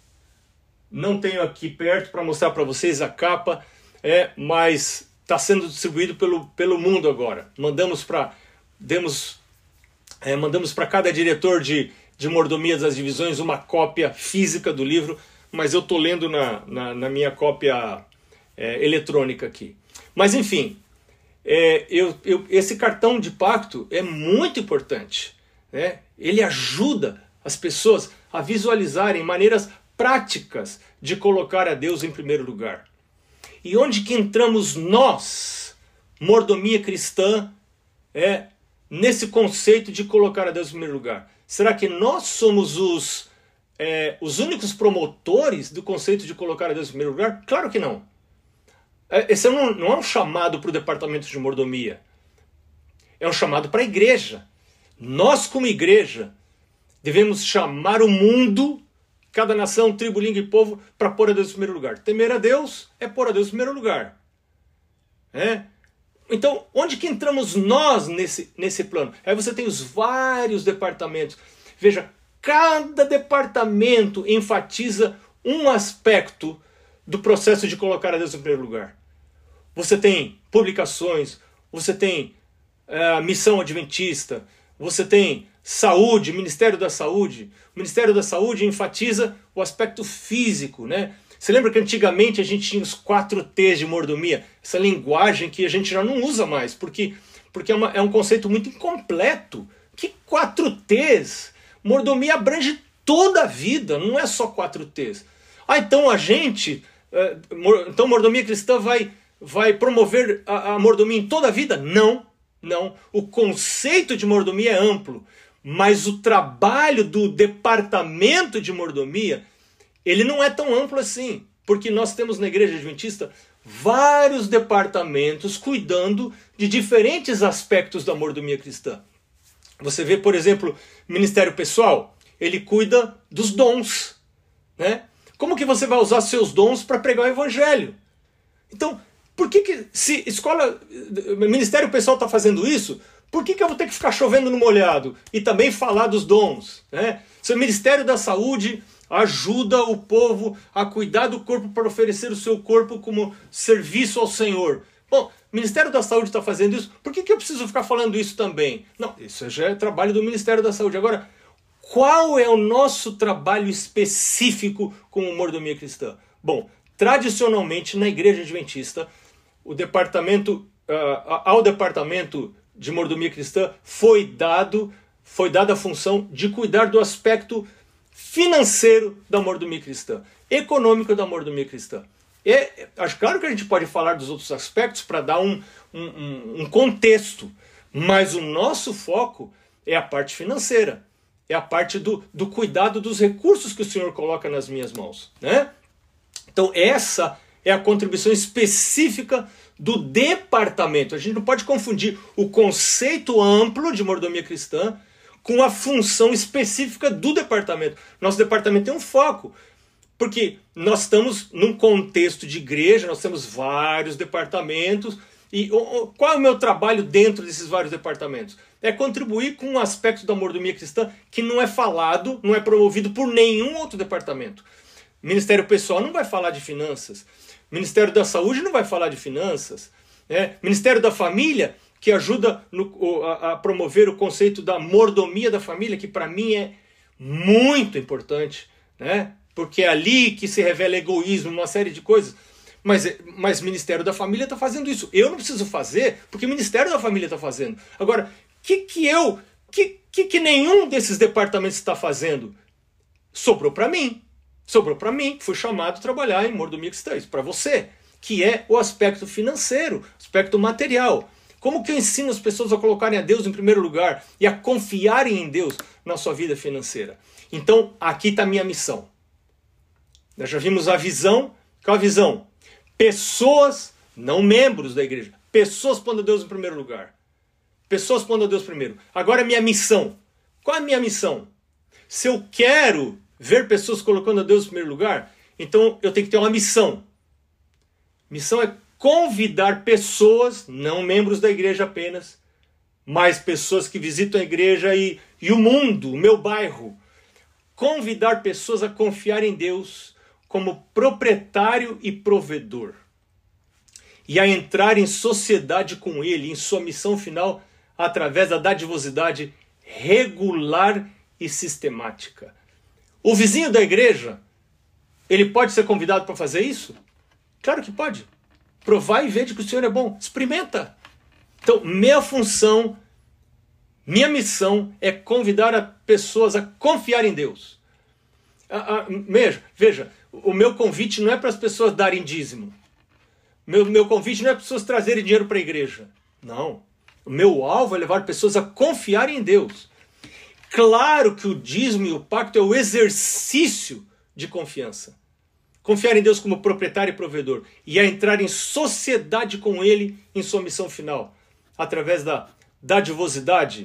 Não tenho aqui perto para mostrar para vocês a capa. É, mas está sendo distribuído pelo, pelo mundo agora. Mandamos para demos, é, mandamos para cada diretor de, de mordomia das divisões uma cópia física do livro. Mas eu estou lendo na, na, na minha cópia é, eletrônica aqui. Mas enfim, é, eu, eu, esse cartão de pacto é muito importante. Né? Ele ajuda as pessoas a visualizarem maneiras práticas de colocar a Deus em primeiro lugar. E onde que entramos nós, mordomia cristã, é, nesse conceito de colocar a Deus em primeiro lugar? Será que nós somos os... É, os únicos promotores do conceito de colocar a Deus em primeiro lugar? Claro que não. Esse não, não é um chamado para o departamento de mordomia. É um chamado para a igreja. Nós, como igreja, devemos chamar o mundo, cada nação, tribo, língua e povo, para pôr a Deus em primeiro lugar. Temer a Deus é pôr a Deus em primeiro lugar. É? Então, onde que entramos nós nesse, nesse plano? Aí você tem os vários departamentos. Veja, cada departamento enfatiza um aspecto do processo de colocar a Deus em primeiro lugar. Você tem publicações, você tem uh, missão adventista, você tem Saúde, Ministério da Saúde. O Ministério da Saúde enfatiza o aspecto físico, né? Você lembra que antigamente a gente tinha os quatro T's de mordomia? Essa linguagem que a gente já não usa mais, porque, porque é, uma, é um conceito muito incompleto. Que quatro T's? Mordomia abrange toda a vida, não é só quatro T's. Ah, então a gente... Então mordomia cristã vai, vai promover a, a mordomia em toda a vida? Não, não. O conceito de mordomia é amplo, mas o trabalho do departamento de mordomia, ele não é tão amplo assim, porque nós temos na Igreja Adventista vários departamentos cuidando de diferentes aspectos da mordomia cristã. Você vê, por exemplo, Ministério Pessoal, ele cuida dos dons, né? Como que você vai usar seus dons para pregar o Evangelho? Então, por que que, se escola, Ministério Pessoal está fazendo isso, por que que eu vou ter que ficar chovendo no molhado e também falar dos dons, né? Se o Ministério da Saúde ajuda o povo a cuidar do corpo para oferecer o seu corpo como serviço ao Senhor. Bom, o Ministério da Saúde está fazendo isso, por que que eu preciso ficar falando isso também? Não, isso já é trabalho do Ministério da Saúde. Agora, qual é o nosso trabalho específico com mordomia cristã? Bom, tradicionalmente na Igreja Adventista, o departamento, uh, ao departamento de mordomia cristã foi dado, foi dada a função de cuidar do aspecto financeiro da mordomia cristã, econômico da mordomia cristã. É, acho claro que a gente pode falar dos outros aspectos para dar um, um, um contexto, mas o nosso foco é a parte financeira, é a parte do, do cuidado dos recursos que o Senhor coloca nas minhas mãos, né? Então essa é a contribuição específica do departamento. A gente não pode confundir o conceito amplo de mordomia cristã com a função específica do departamento. Nosso departamento tem um foco, porque nós estamos num contexto de igreja, nós temos vários departamentos, e qual é o meu trabalho dentro desses vários departamentos? É contribuir com um aspecto da mordomia cristã que não é falado, não é promovido por nenhum outro departamento. Ministério Pessoal não vai falar de finanças, Ministério da Saúde não vai falar de finanças, né? Ministério da Família, que ajuda no, a, a promover o conceito da mordomia da família, que para mim é muito importante, né? Porque é ali que se revela egoísmo, uma série de coisas. Mas, mas o Ministério da Família está fazendo isso. Eu não preciso fazer, porque o Ministério da Família está fazendo. Agora, o que, que eu, que, que, que nenhum desses departamentos está fazendo? Sobrou para mim. Sobrou para mim, que fui chamado a trabalhar em mordomia cristã. Isso para você, que é o aspecto financeiro, aspecto material. Como que eu ensino as pessoas a colocarem a Deus em primeiro lugar e a confiarem em Deus na sua vida financeira? Então, aqui está a minha missão. Nós já vimos a visão. Qual a visão? Pessoas, não membros da igreja, pessoas pondo a Deus em primeiro lugar. Pessoas pondo a Deus primeiro. Agora a minha missão. Qual é a minha missão? Se eu quero ver pessoas colocando a Deus em primeiro lugar, então eu tenho que ter uma missão. Missão é convidar pessoas, não membros da igreja apenas, mas pessoas que visitam a igreja e, e o mundo, o meu bairro. Convidar pessoas a confiar em Deus como proprietário e provedor. E a entrar em sociedade com Ele, em sua missão final, através da dadivosidade regular e sistemática. O vizinho da igreja, ele pode ser convidado para fazer isso? Claro que pode. Provar e ver de que o Senhor é bom. Experimenta. Então, minha função, minha missão é convidar as pessoas a confiar em Deus. A, a, veja, veja, o meu convite não é para as pessoas darem dízimo. Meu, meu convite não é para as pessoas trazerem dinheiro para a igreja. Não. O meu alvo é levar pessoas a confiarem em Deus. Claro que o dízimo e o pacto é o exercício de confiança. Confiar em Deus como proprietário e provedor. E a entrar em sociedade com Ele em sua missão final. Através da dadivosidade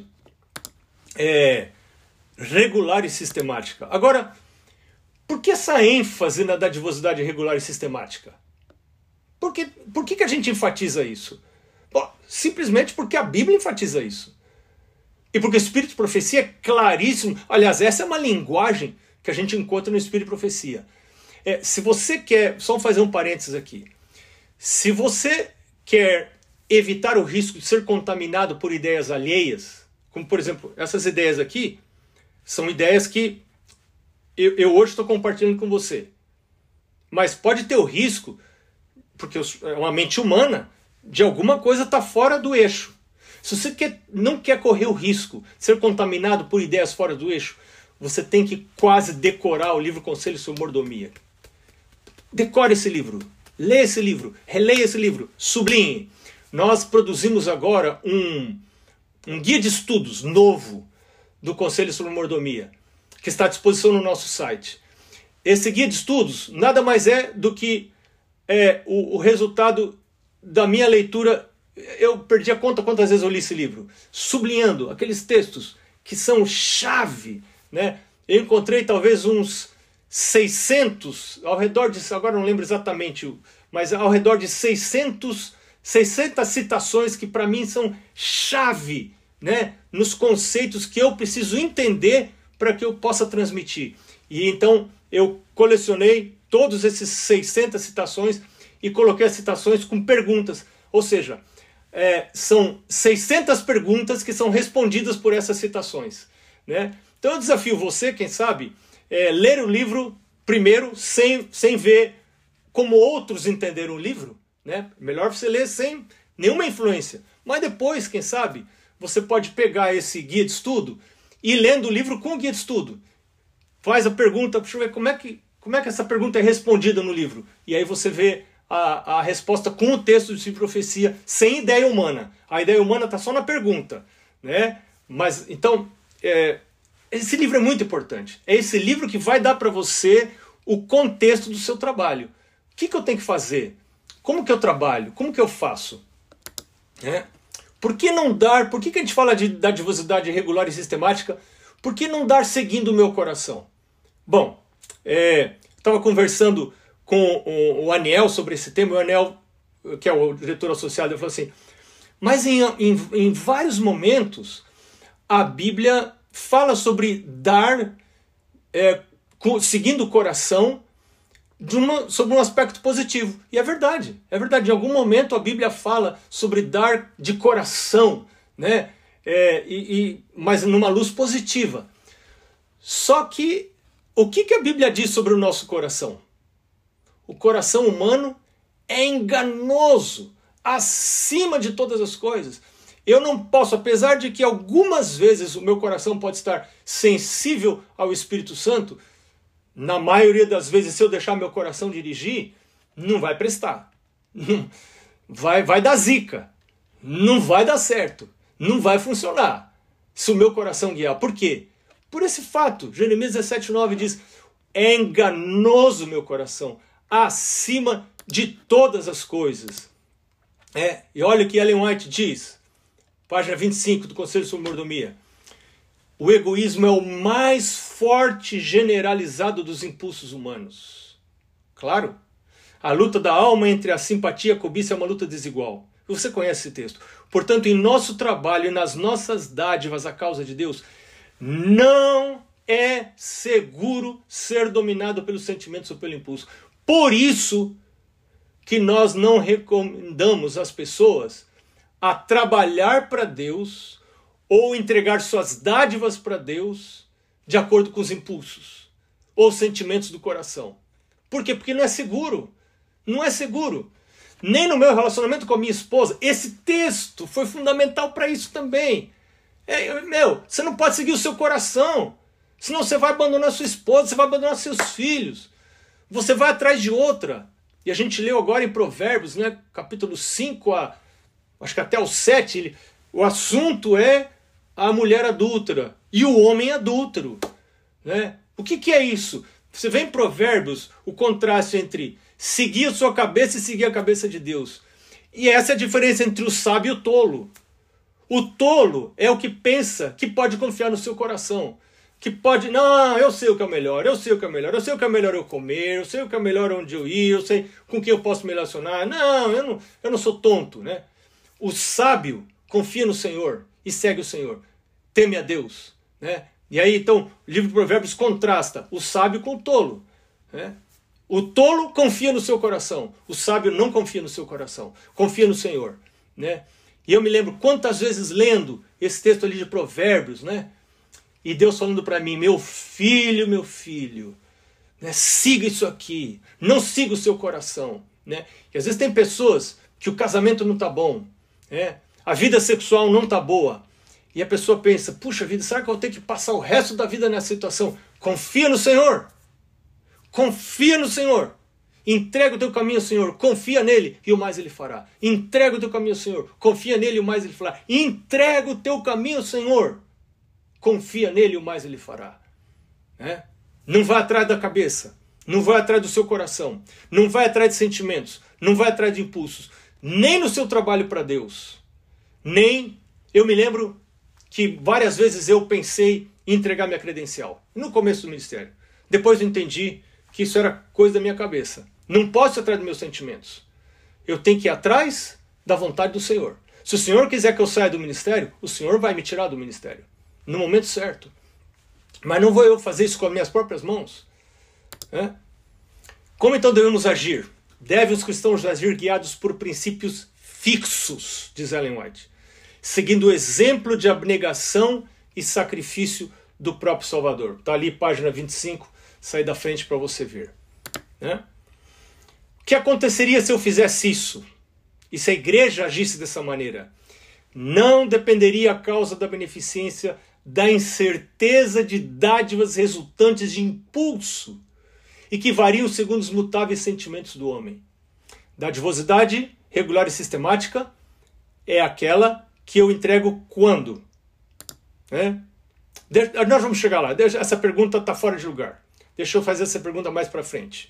é, regular e sistemática. Agora, por que essa ênfase na dadivosidade regular e sistemática? Por que, por que, que a gente enfatiza isso? Bom, simplesmente porque a Bíblia enfatiza isso. E porque o Espírito de Profecia é claríssimo. Aliás, essa é uma linguagem que a gente encontra no Espírito de Profecia. É, se você quer, só fazer um parênteses aqui. Se você quer evitar o risco de ser contaminado por ideias alheias, Como, por exemplo, essas ideias aqui são ideias que eu, eu hoje estou compartilhando com você. Mas pode ter o risco, porque é uma mente humana, de alguma coisa estar fora do eixo. Se você quer, não quer correr o risco de ser contaminado por ideias fora do eixo, você tem que quase decorar o livro Conselhos sobre Mordomia. Decore esse livro, leia esse livro, releia esse livro, sublinhe. Nós produzimos agora um, um guia de estudos novo do Conselho sobre Mordomia, que está à disposição no nosso site. Esse guia de estudos nada mais é do que é, o, o resultado da minha leitura. Eu perdi a conta quantas vezes eu li esse livro, sublinhando aqueles textos que são chave, né? Eu encontrei talvez uns seiscentos, ao redor de, agora não lembro exatamente, mas ao redor de seiscentos, seiscentas citações que para mim são chave, né? Nos conceitos que eu preciso entender para que eu possa transmitir. E então eu colecionei todos esses seiscentas citações e coloquei as citações com perguntas, ou seja, É, são seiscentas perguntas que são respondidas por essas citações, né? Então eu desafio você, quem sabe, é, ler o livro primeiro sem, sem ver como outros entenderam o livro, né? Melhor você ler sem nenhuma influência. Mas depois, quem sabe, você pode pegar esse guia de estudo e lendo o livro com o guia de estudo. Faz a pergunta, deixa eu ver como é que, como é que essa pergunta é respondida no livro. E aí você vê A, a resposta com o texto de profecia, sem ideia humana. A ideia humana está só na pergunta, né? Mas, então, é, esse livro é muito importante. É esse livro que vai dar para você o contexto do seu trabalho. O que, que eu tenho que fazer? Como que eu trabalho? Como que eu faço? É? Por que não dar? Por que, que a gente fala de dadivosidade regular e sistemática? Por que não dar seguindo o meu coração? Bom, é, estava conversando com o, o Aniel sobre esse tema. O Aniel, que é o diretor associado, ele falou assim, mas em, em, em vários momentos a Bíblia fala sobre dar, é, com, seguindo o coração, de uma, sobre um aspecto positivo. E é verdade, é verdade. Em algum momento a Bíblia fala sobre dar de coração, né? É, e, e, mas numa luz positiva. Só que o que, que a Bíblia diz sobre o nosso coração? O coração humano é enganoso, acima de todas as coisas. Eu não posso, apesar de que algumas vezes o meu coração pode estar sensível ao Espírito Santo, na maioria das vezes, se eu deixar meu coração dirigir, não vai prestar. Não, vai, vai dar zica. Não vai dar certo. Não vai funcionar se o meu coração guiar. Por quê? Por esse fato. Jeremias dezessete, nove diz, é enganoso o meu coração, acima de todas as coisas. É, e olha o que Ellen White diz, página vinte e cinco do Conselho sobre Mordomia. O egoísmo é o mais forte generalizado dos impulsos humanos. Claro, a luta da alma entre a simpatia e a cobiça é uma luta desigual. Você conhece esse texto. Portanto, em nosso trabalho e nas nossas dádivas à causa de Deus, não é seguro ser dominado pelos sentimentos ou pelo impulso. Por isso que nós não recomendamos às pessoas a trabalhar para Deus ou entregar suas dádivas para Deus de acordo com os impulsos ou sentimentos do coração. Por quê? Porque não é seguro. Não é seguro. Nem no meu relacionamento com a minha esposa. Esse texto foi fundamental para isso também. É, meu, você não pode seguir o seu coração. Senão você vai abandonar sua esposa, você vai abandonar seus filhos. Você vai atrás de outra. E a gente leu agora em Provérbios, né, capítulo cinco, a, acho que até o sete, ele, o assunto é a mulher adúltera e o homem adúltero. Né? O que, que é isso? Você vê em Provérbios o contraste entre seguir a sua cabeça e seguir a cabeça de Deus. E essa é a diferença entre o sábio e o tolo. O tolo é o que pensa que pode confiar no seu coração. Que pode, não, eu sei o que é o melhor, eu sei o que é o melhor, eu sei o que é melhor eu comer, eu sei o que é melhor onde eu ir, eu sei com quem eu posso me relacionar. Não, eu não, eu não sou tonto, né? O sábio confia no Senhor e segue o Senhor. Teme a Deus, né? E aí, então, o livro de Provérbios contrasta o sábio com o tolo, né? O tolo confia no seu coração, o sábio não confia no seu coração, confia no Senhor, né? E eu me lembro quantas vezes lendo esse texto ali de Provérbios, né? E Deus falando para mim, meu filho, meu filho, né? Siga isso aqui, não siga o seu coração, né? E às vezes tem pessoas que o casamento não está bom, né? A vida sexual não está boa, e a pessoa pensa, puxa vida, será que eu vou ter que passar o resto da vida nessa situação? Confia no Senhor, confia no Senhor, entrega o teu caminho ao Senhor, confia nele e o mais ele fará. Entrega o teu caminho ao Senhor, confia nele e o mais ele fará. Entrega o teu caminho ao Senhor, confia nele e o mais ele fará. Né? Não vai atrás da cabeça, não vai atrás do seu coração, não vai atrás de sentimentos, não vai atrás de impulsos, nem no seu trabalho para Deus, nem... Eu me lembro que várias vezes eu pensei em entregar minha credencial, no começo do ministério. Depois eu entendi que isso era coisa da minha cabeça. Não posso ir atrás dos meus sentimentos. Eu tenho que ir atrás da vontade do Senhor. Se o Senhor quiser que eu saia do ministério, o Senhor vai me tirar do ministério, no momento certo. Mas não vou eu fazer isso com as minhas próprias mãos. Né? Como então devemos agir? Devem os cristãos agir guiados por princípios fixos, diz Ellen White, seguindo o exemplo de abnegação e sacrifício do próprio Salvador. Está ali, página vinte e cinco, sai da frente para você ver. Né? O que aconteceria se eu fizesse isso? E se a igreja agisse dessa maneira? Não dependeria a causa da beneficência da incerteza de dádivas resultantes de impulso e que variam segundo os mutáveis sentimentos do homem. Dadivosidade regular e sistemática é aquela que eu entrego quando? Né? De- nós vamos chegar lá. Essa pergunta está fora de lugar. Deixa eu fazer essa pergunta mais para frente.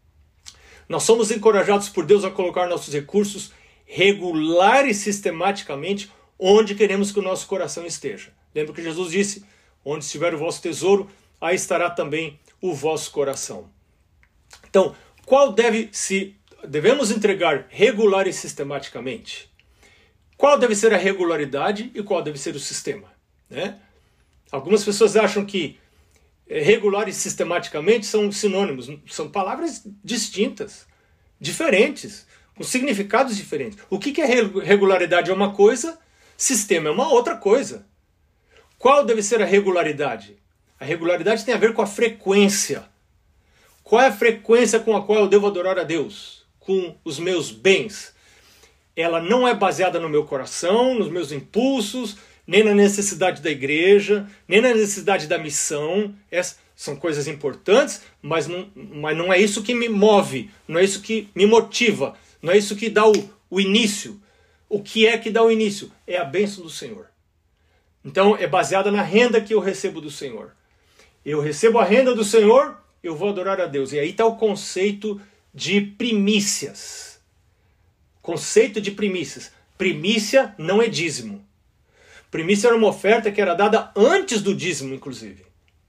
Nós somos encorajados por Deus a colocar nossos recursos regular e sistematicamente onde queremos que o nosso coração esteja. Lembra que Jesus disse, onde estiver o vosso tesouro, aí estará também o vosso coração. Então, qual deve se devemos entregar regular e sistematicamente? Qual deve ser a regularidade e qual deve ser o sistema? Né? Algumas pessoas acham que regular e sistematicamente são sinônimos, são palavras distintas, diferentes, com significados diferentes. O que é regularidade é uma coisa, sistema é uma outra coisa. Qual deve ser a regularidade? A regularidade tem a ver com a frequência. Qual é a frequência com a qual eu devo adorar a Deus? Com os meus bens. Ela não é baseada no meu coração, nos meus impulsos, nem na necessidade da igreja, nem na necessidade da missão. Essas são coisas importantes, mas não, mas não é isso que me move, não é isso que me motiva, não é isso que dá o, o início. O que é que dá o início? É a bênção do Senhor. Então é baseada na renda que eu recebo do Senhor. Eu recebo a renda do Senhor, eu vou adorar a Deus. E aí está o conceito de primícias. Conceito de primícias. Primícia não é dízimo. Primícia era uma oferta que era dada antes do dízimo, inclusive.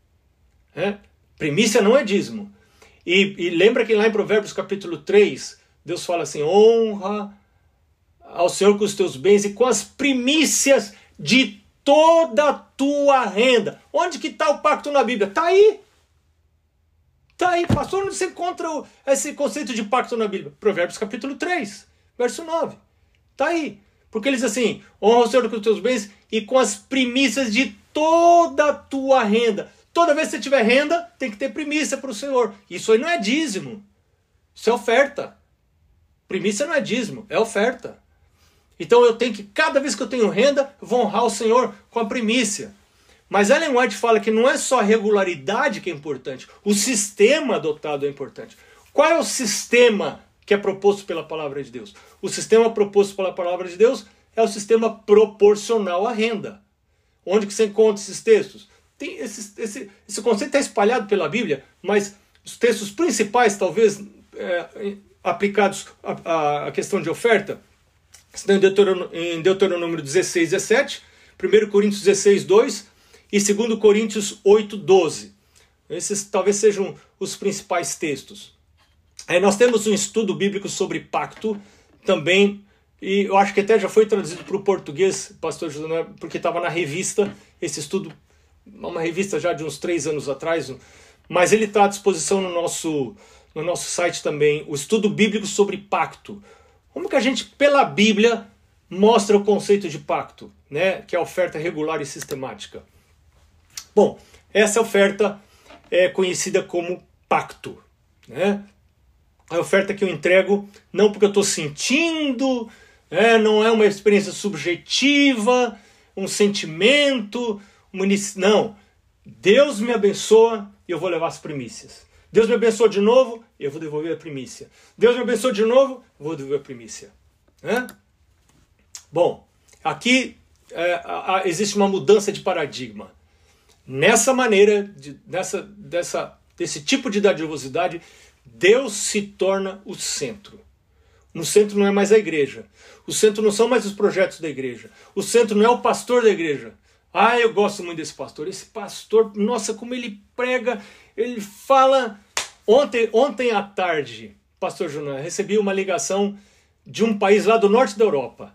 É? Primícia não é dízimo. E, e lembra que lá em Provérbios capítulo três, Deus fala assim, honra ao Senhor com os teus bens e com as primícias de toda a tua renda. Onde que está o pacto na Bíblia? Está aí. Está aí. Pastor, onde você encontra o, esse conceito de pacto na Bíblia? Provérbios capítulo três, verso nove. Está aí. Porque ele diz assim, honra o Senhor com os teus bens e com as primícias de toda a tua renda. Toda vez que você tiver renda, tem que ter primícia para o Senhor. Isso aí não é dízimo. Isso é oferta. Primícia não é dízimo, é oferta. Então eu tenho que, cada vez que eu tenho renda, eu vou honrar o Senhor com a primícia. Mas Ellen White fala que não é só a regularidade que é importante, o sistema adotado é importante. Qual é o sistema que é proposto pela palavra de Deus? O sistema proposto pela palavra de Deus é o sistema proporcional à renda. Onde que você encontra esses textos? Tem esse, esse, esse conceito está espalhado pela Bíblia, mas os textos principais, talvez, é, aplicados à, à questão de oferta, estão em Deuteronômio, em Deuteronômio dezesseis, dezessete, primeiro Coríntios dezesseis, dois e segundo Coríntios oito, doze. Esses talvez sejam os principais textos. Aí nós temos um estudo bíblico sobre pacto também, e eu acho que até já foi traduzido para o português, pastor José, porque estava na revista, esse estudo, uma revista já de uns três anos atrás, mas ele está à disposição no nosso, no nosso site também, o estudo bíblico sobre pacto. Como que a gente, pela Bíblia, mostra o conceito de pacto, né? Que é a oferta regular e sistemática. Bom, essa oferta é conhecida como pacto, né? A oferta que eu entrego não porque eu estou sentindo, né? Não é uma experiência subjetiva, um sentimento, uma inici... não. Deus me abençoa e eu vou levar as primícias. Deus me abençoa de novo, eu vou devolver a primícia. Deus me abençoa de novo, eu vou devolver a primícia. Né? Bom, aqui é, a, a, existe uma mudança de paradigma. Nessa maneira, de, nessa, dessa, desse tipo de dadivosidade, Deus se torna o centro. No centro não é mais a igreja. O centro não são mais os projetos da igreja. O centro não é o pastor da igreja. Ah, eu gosto muito desse pastor. Esse pastor, nossa, como ele prega, ele fala... Ontem, ontem à tarde, pastor Júnior, recebi uma ligação de um país lá do norte da Europa.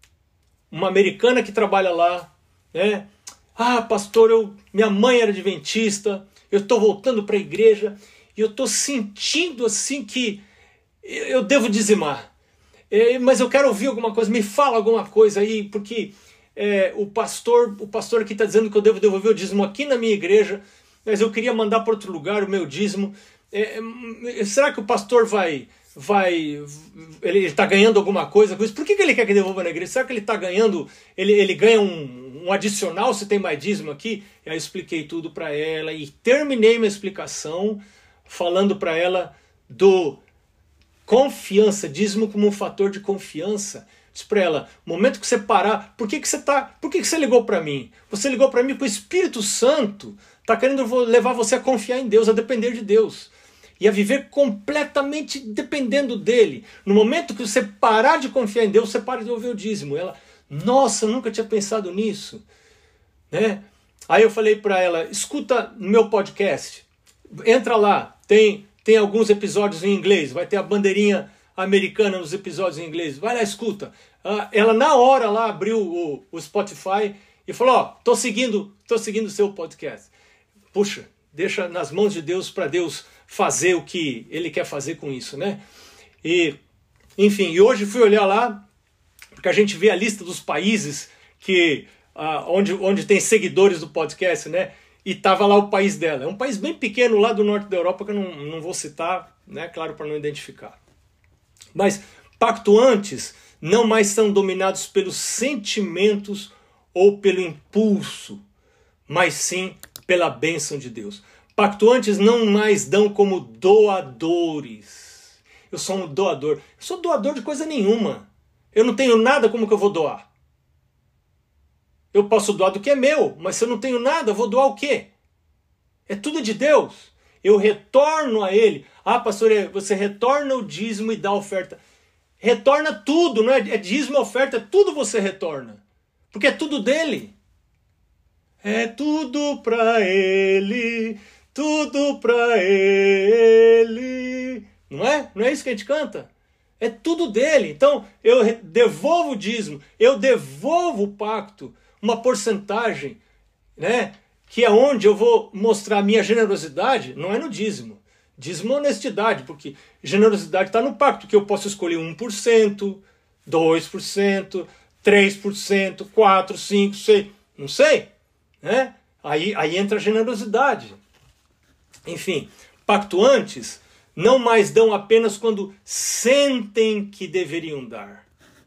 Uma americana que trabalha lá, né? Ah, pastor, eu, minha mãe era adventista, eu estou voltando para a igreja e eu estou sentindo assim que eu devo dizimar. É, mas eu quero ouvir alguma coisa, me fala alguma coisa aí, porque é, o pastor o pastor aqui está dizendo que eu devo devolver o dízimo aqui na minha igreja, mas eu queria mandar para outro lugar o meu dízimo. É, será que o pastor vai... vai ele está ganhando alguma coisa com isso? Por que, que ele quer que devolva na igreja? Será que ele está ganhando... Ele, ele ganha um, um adicional se tem mais dízimo aqui? E aí eu expliquei tudo para ela e terminei minha explicação falando para ela do confiança, dízimo como um fator de confiança. Disse para ela, no momento que você parar, por que, que você tá, por que, que você ligou para mim? Você ligou para mim porque o Espírito Santo está querendo levar você a confiar em Deus, a depender de Deus. E a viver completamente dependendo dele. No momento que você parar de confiar em Deus, você para de ouvir o dízimo. Ela, nossa, nunca tinha pensado nisso. Né? Aí eu falei para ela, escuta no meu podcast. Entra lá, tem, tem alguns episódios em inglês. Vai ter a bandeirinha americana nos episódios em inglês. Vai lá, escuta. Ela na hora lá abriu o, o Spotify e falou, ó, tô seguindo, tô seguindo o seu podcast. Puxa, deixa nas mãos de Deus para Deus fazer o que ele quer fazer com isso, né? E, enfim, e hoje fui olhar lá, porque a gente vê a lista dos países que, ah, onde, onde tem seguidores do podcast, né? E tava lá o país dela. É um país bem pequeno lá do norte da Europa, que eu não, não vou citar, né? Claro, para não identificar. Mas pactuantes não mais são dominados pelos sentimentos ou pelo impulso, mas sim pela bênção de Deus. Pactuantes não mais dão como doadores. Eu sou um doador. Eu sou doador de coisa nenhuma. Eu não tenho nada, como que eu vou doar? Eu posso doar do que é meu, mas se eu não tenho nada, eu vou doar o quê? É tudo de Deus. Eu retorno a Ele. Ah, pastor, você retorna o dízimo e dá a oferta. Retorna tudo, não é, é dízimo, oferta, tudo você retorna. Porque é tudo dele. É tudo pra Ele... Tudo pra Ele. Não é? Não é isso que a gente canta? É tudo dele. Então, eu devolvo o dízimo, eu devolvo o pacto, uma porcentagem, né? Que é onde eu vou mostrar a minha generosidade, não é no dízimo. Dízimo é honestidade, porque generosidade está no pacto, que eu posso escolher um por cento, dois por cento, três por cento, quatro por cento, cinco por cento, sei, não sei. Né? Aí, aí entra a generosidade. Enfim, pactuantes não mais dão apenas quando sentem que deveriam dar.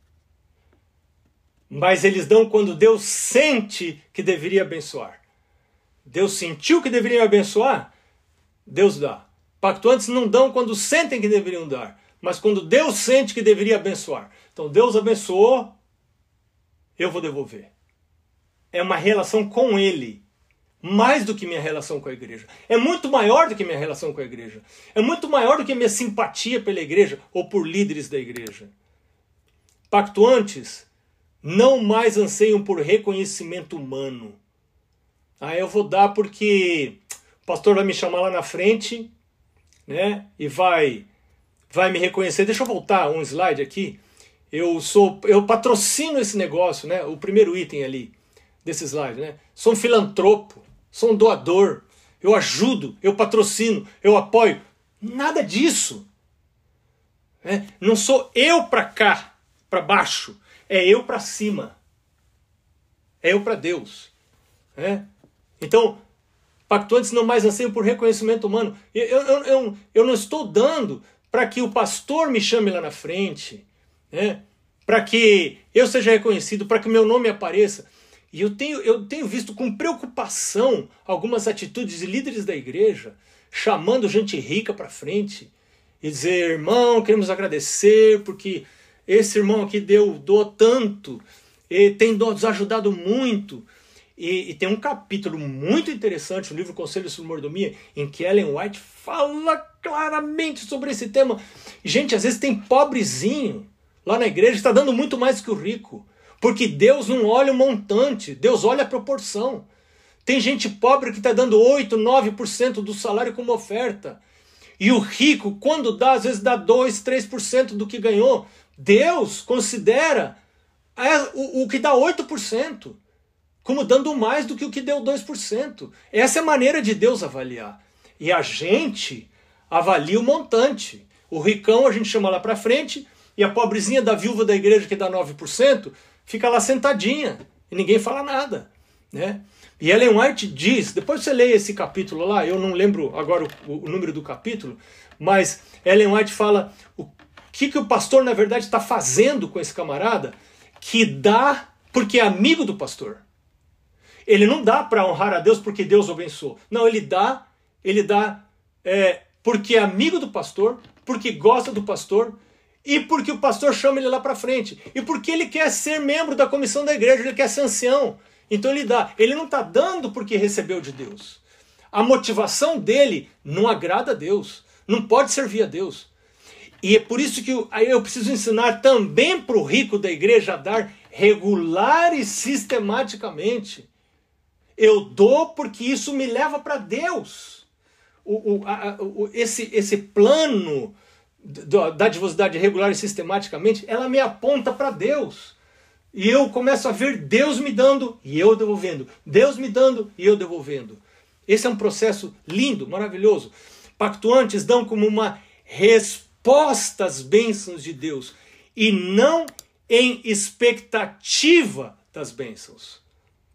Mas eles dão quando Deus sente que deveria abençoar. Deus sentiu que deveria abençoar, Deus dá. Pactuantes não dão quando sentem que deveriam dar, mas quando Deus sente que deveria abençoar. Então Deus abençoou, eu vou devolver. É uma relação com Ele. Mais do que minha relação com a igreja. É muito maior do que minha relação com a igreja. É muito maior do que minha simpatia pela igreja ou por líderes da igreja. Pactuantes não mais anseiam por reconhecimento humano. Ah, eu vou dar porque o pastor vai me chamar lá na frente, né? E vai, vai me reconhecer. Deixa eu voltar um slide aqui. Eu sou, eu patrocino esse negócio, né? O primeiro item ali desse slide, né? Sou um filantropo. Sou um doador, eu ajudo, eu patrocino, eu apoio. Nada disso. É, não sou eu para cá, para baixo. é eu para cima. É eu para Deus. É? Então, pactuantes não mais anseiam por reconhecimento humano. Eu, eu, eu, eu não estou dando para que o pastor me chame lá na frente, né? Para que eu seja reconhecido, para que o meu nome apareça. E eu tenho, eu tenho visto com preocupação algumas atitudes de líderes da igreja chamando gente rica para frente e dizer, irmão, queremos agradecer porque esse irmão aqui deu, doou tanto, e tem nos ajudado muito. E, e tem um capítulo muito interessante no livro Conselhos sobre Mordomia, em que Ellen White fala claramente sobre esse tema. Gente, às vezes tem pobrezinho lá na igreja que está dando muito mais que o rico. Porque Deus não olha o montante, Deus olha a proporção. Tem gente pobre que está dando oito, nove por cento do salário como oferta. E o rico, quando dá, às vezes dá dois, três por cento do que ganhou. Deus considera o, o que dá oito por cento. Como dando mais do que o que deu dois por cento. Essa é a maneira de Deus avaliar. E a gente avalia o montante. O ricão a gente chama lá para frente, e a pobrezinha da viúva da igreja que dá nove por cento fica lá sentadinha, e ninguém fala nada. Né? E Ellen White diz, depois você lê esse capítulo lá, eu não lembro agora o, o número do capítulo, mas Ellen White fala o que, que o pastor na verdade está fazendo com esse camarada, que dá porque é amigo do pastor. Ele não dá para honrar a Deus porque Deus o abençoou. Não, ele dá, ele dá é, porque é amigo do pastor, porque gosta do pastor e porque o pastor chama ele lá para frente. E porque ele quer ser membro da comissão da igreja, ele quer ser ancião. Então ele dá. Ele não está dando porque recebeu de Deus. A motivação dele não agrada a Deus. Não pode servir a Deus. E é por isso que eu, eu preciso ensinar também para o rico da igreja a dar regular e sistematicamente. Eu dou porque isso me leva para Deus. O, o, a, o, esse, esse plano da dadivosidade regular e sistematicamente, ela me aponta para Deus. E eu começo a ver Deus me dando e eu devolvendo. Deus me dando e eu devolvendo. Esse é um processo lindo, maravilhoso. Pactuantes dão como uma resposta às bênçãos de Deus e não em expectativa das bênçãos.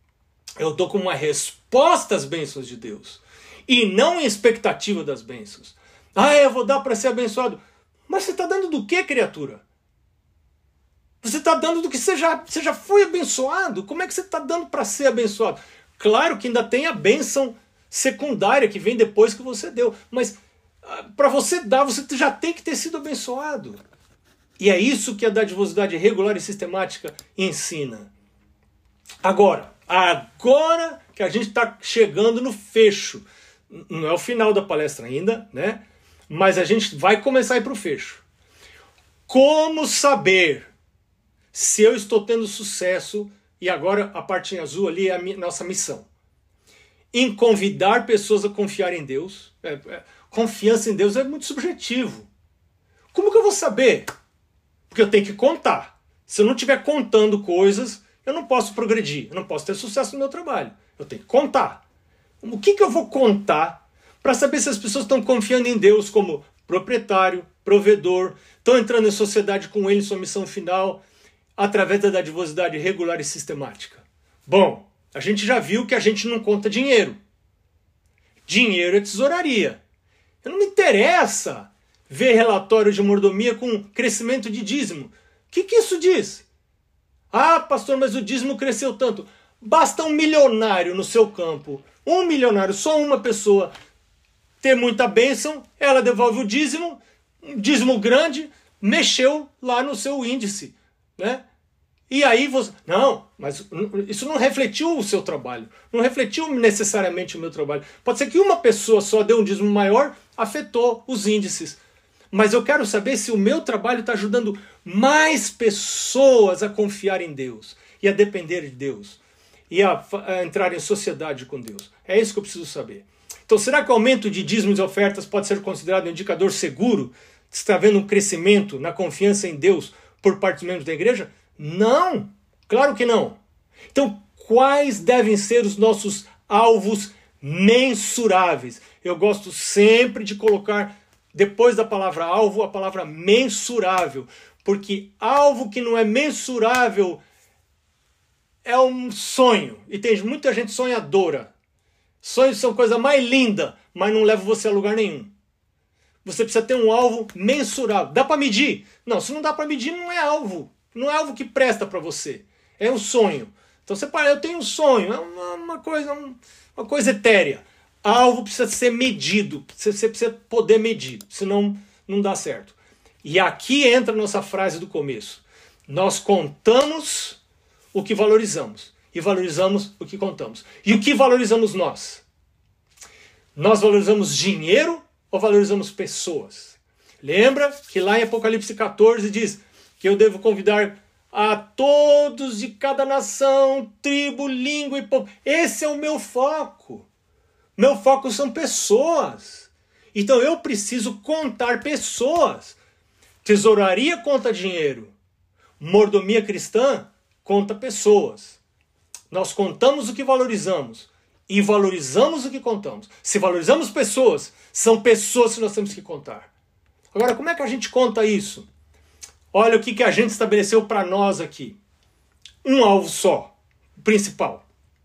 Eu dou como uma resposta às bênçãos de Deus. E não em expectativa das bênçãos. Ah, eu vou dar para ser abençoado. Mas você está dando do que, criatura? Você está dando do que você já, você já foi abençoado. Como é que você está dando para ser abençoado? Claro que ainda tem a bênção secundária que vem depois que você deu. Mas para você dar, você já tem que ter sido abençoado. E é isso que a dadivosidade regular e sistemática ensina. Agora... Agora que a gente está chegando no fecho, não é o final da palestra ainda, né? Mas a gente vai começar a ir para o fecho. Como saber se eu estou tendo sucesso, e agora a parte em azul ali é a minha, nossa missão, em convidar pessoas a confiar em Deus. É, é, confiança em Deus é muito subjetivo. Como que eu vou saber? Porque eu tenho que contar. Se eu não estiver contando coisas... Eu não posso progredir, eu não posso ter sucesso no meu trabalho. Eu tenho que contar. O que, que eu vou contar para saber se as pessoas estão confiando em Deus como proprietário, provedor, estão entrando em sociedade com Ele em sua missão final, através da dadivosidade regular e sistemática? Bom, a gente já viu que a gente não conta dinheiro. Dinheiro é tesouraria. Não me interessa ver relatório de mordomia com crescimento de dízimo. O que, que isso diz? Ah, pastor, mas o dízimo cresceu tanto. Basta um milionário no seu campo, um milionário, só uma pessoa, ter muita bênção, ela devolve o dízimo, um dízimo grande, mexeu lá no seu índice. Né? E aí você... Não, mas isso não refletiu o seu trabalho, não refletiu necessariamente o meu trabalho. Pode ser que uma pessoa só deu um dízimo maior, afetou os índices. Mas eu quero saber se o meu trabalho está ajudando mais pessoas a confiar em Deus e a depender de Deus e a, a entrar em sociedade com Deus. É isso que eu preciso saber. Então, será que o aumento de dízimos e ofertas pode ser considerado um indicador seguro de estar havendo um crescimento na confiança em Deus por parte dos membros da igreja? Não, claro que não. Então, quais devem ser os nossos alvos mensuráveis? Eu gosto sempre de colocar... Depois da palavra alvo, a palavra mensurável. Porque alvo que não é mensurável é um sonho. E tem muita gente sonhadora. Sonhos são coisa mais linda, mas não levam você a lugar nenhum. Você precisa ter um alvo mensurável. Dá para medir? Não, se não dá para medir, não é alvo. Não é algo que presta para você. É um sonho. Então você fala, eu tenho um sonho. É uma, uma, coisa, uma coisa etérea. Alvo precisa ser medido. Você precisa poder medir. Senão não dá certo. E aqui entra a nossa frase do começo. Nós contamos o que valorizamos. E valorizamos o que contamos. E o que valorizamos nós? Nós valorizamos dinheiro ou valorizamos pessoas? Lembra que lá em Apocalipse quatorze diz que eu devo convidar a todos de cada nação, tribo, língua e povo. Esse é o meu foco. Meu foco são pessoas. Então eu preciso contar pessoas. Tesouraria conta dinheiro. Mordomia cristã conta pessoas. Nós contamos o que valorizamos e valorizamos o que contamos. Se valorizamos pessoas, são pessoas que nós temos que contar. Agora, como é que a gente conta isso? Olha o que, que a gente estabeleceu para nós aqui. Um alvo só, principal.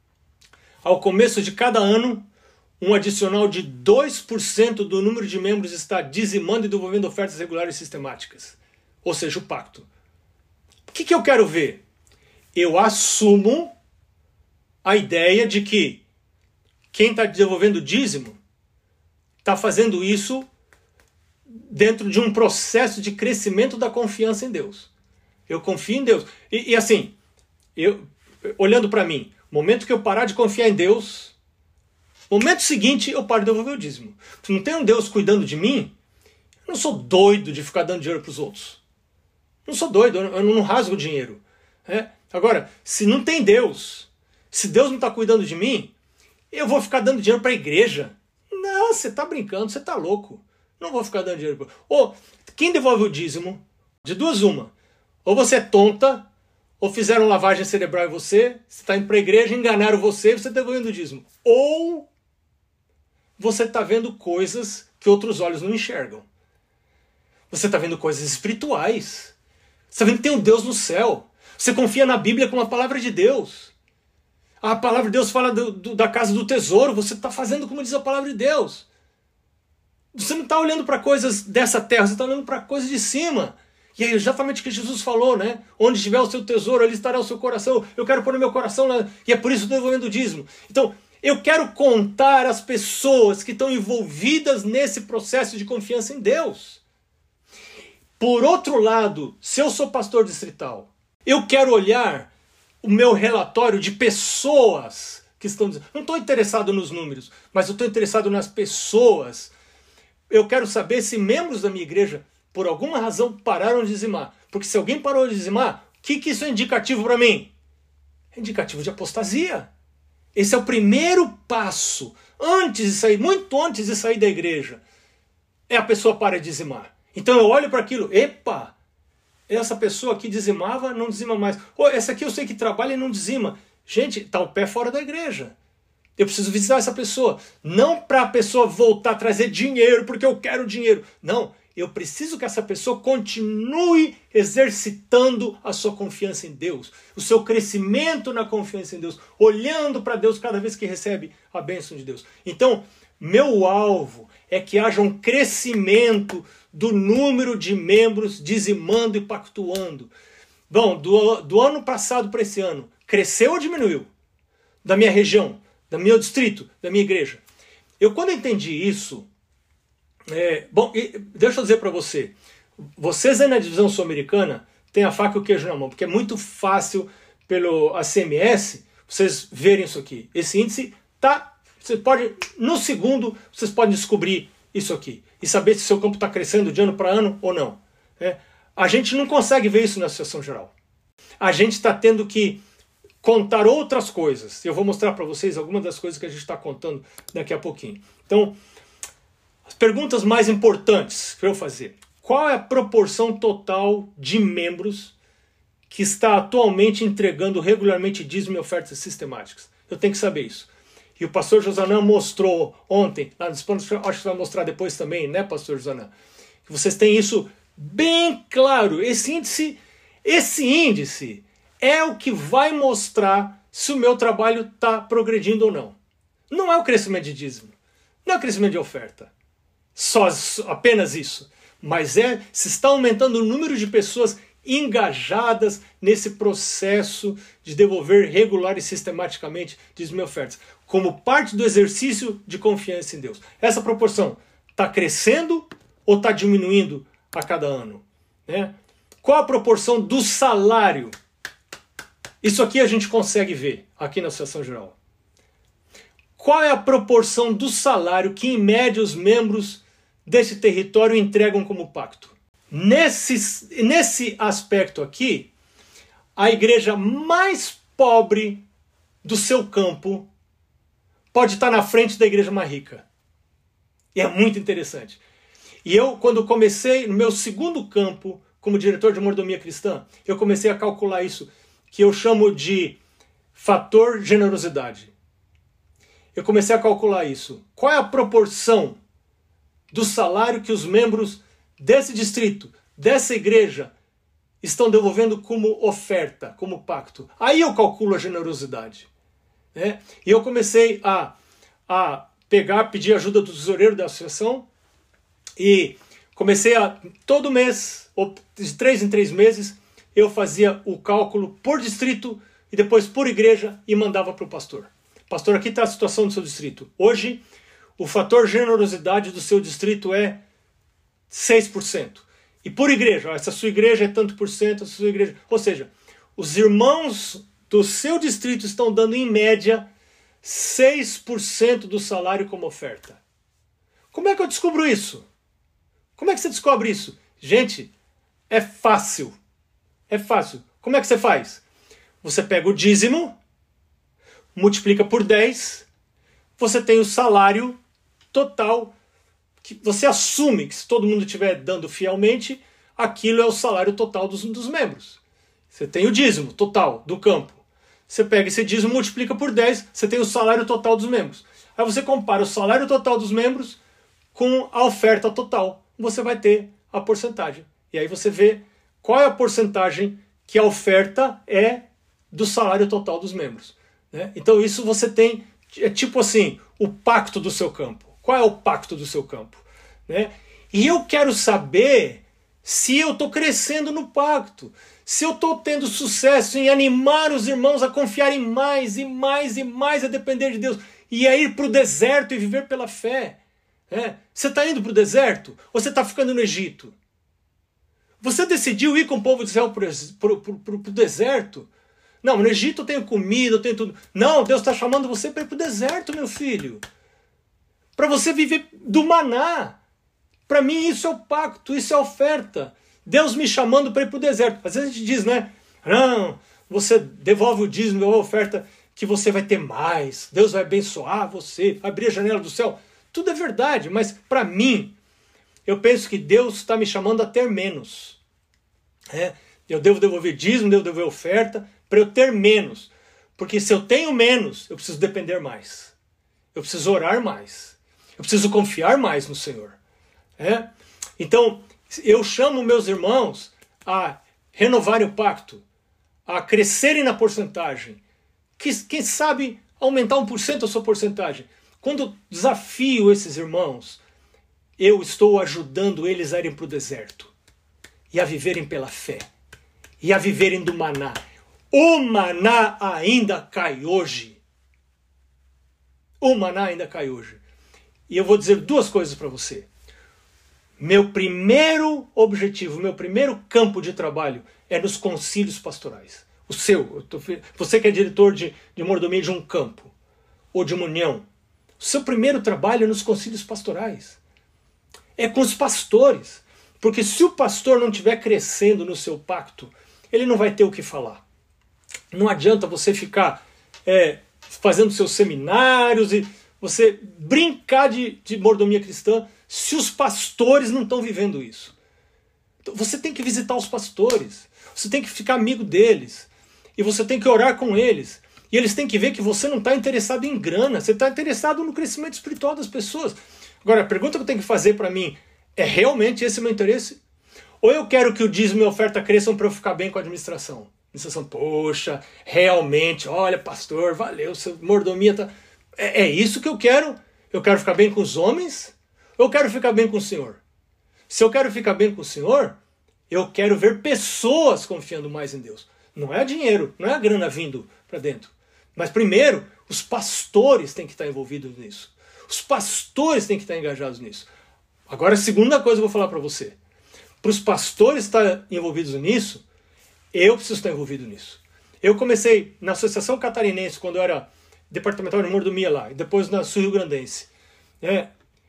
Ao começo de cada ano, um adicional de dois por cento do número de membros está dizimando e devolvendo ofertas regulares e sistemáticas. Ou seja, o pacto. O que, que eu quero ver? Eu assumo a ideia de que quem está devolvendo dízimo está fazendo isso dentro de um processo de crescimento da confiança em Deus. Eu confio em Deus. E, e assim, eu, olhando para mim, momento que eu parar de confiar em Deus, momento seguinte eu paro de devolver o dízimo. Se não tem um Deus cuidando de mim, eu não sou doido de ficar dando dinheiro para os outros. Não sou doido, eu não rasgo dinheiro. É? Agora, se não tem Deus, se Deus não está cuidando de mim, eu vou ficar dando dinheiro para a igreja? Não, você está brincando, você está louco. Não vou ficar dando dinheiro. Ou, quem devolve o dízimo? De duas uma. Ou você é tonta, ou fizeram lavagem cerebral em você, você está indo para a igreja, enganaram você e você está devolvendo o dízimo. Ou você está vendo coisas que outros olhos não enxergam. Você está vendo coisas espirituais. Você está vendo que tem um Deus no céu. Você confia na Bíblia como a palavra de Deus. A palavra de Deus fala do, do, da casa do tesouro. Você está fazendo como diz a palavra de Deus. Você não está olhando para coisas dessa terra, você está olhando para coisas de cima. E é exatamente o que Jesus falou, né? Onde estiver o seu tesouro, ali estará o seu coração. Eu quero pôr no meu coração, lá, e é por isso que eu estou devolvendo o dízimo. Então, eu quero contar as pessoas que estão envolvidas nesse processo de confiança em Deus. Por outro lado, se eu sou pastor distrital, eu quero olhar o meu relatório de pessoas que estão dizendo. Não estou interessado nos números, mas eu estou interessado nas pessoas. Eu quero saber se membros da minha igreja, por alguma razão, pararam de dizimar. Porque se alguém parou de dizimar, o que, que isso é indicativo para mim? É indicativo de apostasia. Esse é o primeiro passo. Antes de sair, muito antes de sair da igreja, é a pessoa para de dizimar. Então eu olho para aquilo, epa, essa pessoa aqui dizimava, não dizima mais. Ou essa aqui eu sei que trabalha e não dizima. Gente, está o pé fora da igreja. Eu preciso visitar essa pessoa. Não para a pessoa voltar a trazer dinheiro, porque eu quero dinheiro. Não, eu preciso que essa pessoa continue exercitando a sua confiança em Deus. O seu crescimento na confiança em Deus. Olhando para Deus cada vez que recebe a bênção de Deus. Então, meu alvo é que haja um crescimento do número de membros dizimando e pactuando. Bom, do, do ano passado para esse ano, cresceu ou diminuiu? Da minha região, do meu distrito, da minha igreja. Eu, quando entendi isso, é, bom, deixa eu dizer para você, vocês aí na divisão sul-americana têm a faca e o queijo na mão, porque é muito fácil pelo A C M S vocês verem isso aqui. Esse índice tá, você pode, no segundo, vocês podem descobrir isso aqui e saber se seu campo está crescendo de ano para ano ou não. É, a gente não consegue ver isso na Associação Geral. A gente está tendo que contar outras coisas. Eu vou mostrar para vocês algumas das coisas que a gente está contando daqui a pouquinho. Então, as perguntas mais importantes para eu fazer. Qual é a proporção total de membros que está atualmente entregando regularmente dízimo e ofertas sistemáticas? Eu tenho que saber isso. E o pastor Josanã mostrou ontem, lá nos planos, acho que vai mostrar depois também, né, pastor Josanã? Que vocês têm isso bem claro. Esse índice, esse índice é o que vai mostrar se o meu trabalho está progredindo ou não. Não é o crescimento de dízimo, não é o crescimento de oferta, só apenas isso. Mas é se está aumentando o número de pessoas engajadas nesse processo de devolver regular e sistematicamente dízimo e ofertas, como parte do exercício de confiança em Deus. Essa proporção está crescendo ou está diminuindo a cada ano? Né? Qual a proporção do salário? Isso aqui a gente consegue ver aqui na Associação Geral. Qual é a proporção do salário que, em média, os membros desse território entregam como pacto? Nesse, nesse aspecto aqui, a igreja mais pobre do seu campo pode estar na frente da igreja mais rica. E é muito interessante. E eu, quando comecei no meu segundo campo, como diretor de mordomia cristã, eu comecei a calcular isso, que eu chamo de fator generosidade. Eu comecei a calcular isso. Qual é a proporção do salário que os membros desse distrito, dessa igreja, estão devolvendo como oferta, como pacto? Aí eu calculo a generosidade. Né? E eu comecei a, a pegar, pedir ajuda do tesoureiro da associação e comecei a, todo mês, ou de três em três meses, eu fazia o cálculo por distrito e depois por igreja e mandava para o pastor. Pastor, aqui está a situação do seu distrito. Hoje, o fator generosidade do seu distrito é seis por cento. E por igreja, essa sua igreja é tanto por cento, essa sua igreja... Ou seja, os irmãos do seu distrito estão dando, em média, seis por cento do salário como oferta. Como é que eu descubro isso? Como é que você descobre isso? Gente, é fácil. É fácil. Como é que você faz? Você pega o dízimo, multiplica por dez, você tem o salário total, que você assume que se todo mundo estiver dando fielmente, aquilo é o salário total dos, dos membros. Você tem o dízimo total do campo. Você pega esse dízimo, multiplica por dez, você tem o salário total dos membros. Aí você compara o salário total dos membros com a oferta total. Você vai ter a porcentagem. E aí você vê qual é a porcentagem que a oferta é do salário total dos membros. Né? Então isso você tem, é tipo assim, o pacto do seu campo. Qual é o pacto do seu campo? Né? E eu quero saber se eu estou crescendo no pacto, se eu estou tendo sucesso em animar os irmãos a confiarem mais e mais e mais a depender de Deus e a ir para o deserto e viver pela fé. Né? Você está indo para o deserto ou você está ficando no Egito? Você decidiu ir com o povo de Israel para o deserto? Não, no Egito eu tenho comida, eu tenho tudo. Não, Deus está chamando você para ir para o deserto, meu filho. Para você viver do maná. Para mim isso é o pacto, isso é a oferta. Deus me chamando para ir para o deserto. Às vezes a gente diz, né? Não, você devolve o dízimo, devolve a oferta, que você vai ter mais. Deus vai abençoar você, vai abrir a janela do céu. Tudo é verdade, mas para mim, eu penso que Deus está me chamando a ter menos. É, eu devo devolver dízimo, devo devolver oferta, para eu ter menos. Porque se eu tenho menos, eu preciso depender mais. Eu preciso orar mais. Eu preciso confiar mais no Senhor. É? Então, eu chamo meus irmãos a renovarem o pacto, a crescerem na porcentagem. Que, quem sabe aumentar um por cento a sua porcentagem. Quando desafio esses irmãos, eu estou ajudando eles a irem para o deserto. E a viverem pela fé. E a viverem do maná. O maná ainda cai hoje. O maná ainda cai hoje. E eu vou dizer duas coisas para você. Meu primeiro objetivo, meu primeiro campo de trabalho é nos concílios pastorais. O seu, eu tô, você que é diretor de, de mordomia de um campo ou de uma união. O seu primeiro trabalho é nos concílios pastorais. É com os pastores. Porque se o pastor não estiver crescendo no seu pacto, ele não vai ter o que falar. Não adianta você ficar é, fazendo seus seminários e você brincar de, de mordomia cristã se os pastores não estão vivendo isso. Então, você tem que visitar os pastores. Você tem que ficar amigo deles. E você tem que orar com eles. E eles têm que ver que você não está interessado em grana. Você está interessado no crescimento espiritual das pessoas. Agora, a pergunta que eu tenho que fazer para mim é realmente esse o meu interesse? Ou eu quero que o dízimo e a oferta cresçam para eu ficar bem com a administração? Administração, poxa, realmente, olha, pastor, valeu, seu mordomia tá... É, é isso que eu quero? Eu quero ficar bem com os homens? Ou eu quero ficar bem com o Senhor? Se eu quero ficar bem com o Senhor, eu quero ver pessoas confiando mais em Deus. Não é dinheiro, não é a grana vindo para dentro. Mas primeiro, os pastores têm que estar envolvidos nisso. Os pastores têm que estar engajados nisso. Agora, a segunda coisa que eu vou falar para você. Para os pastores estarem envolvidos nisso, eu preciso estar envolvido nisso. Eu comecei na Associação Catarinense, quando eu era departamental de mordomia lá, e depois na Sul-Rio-Grandense. É,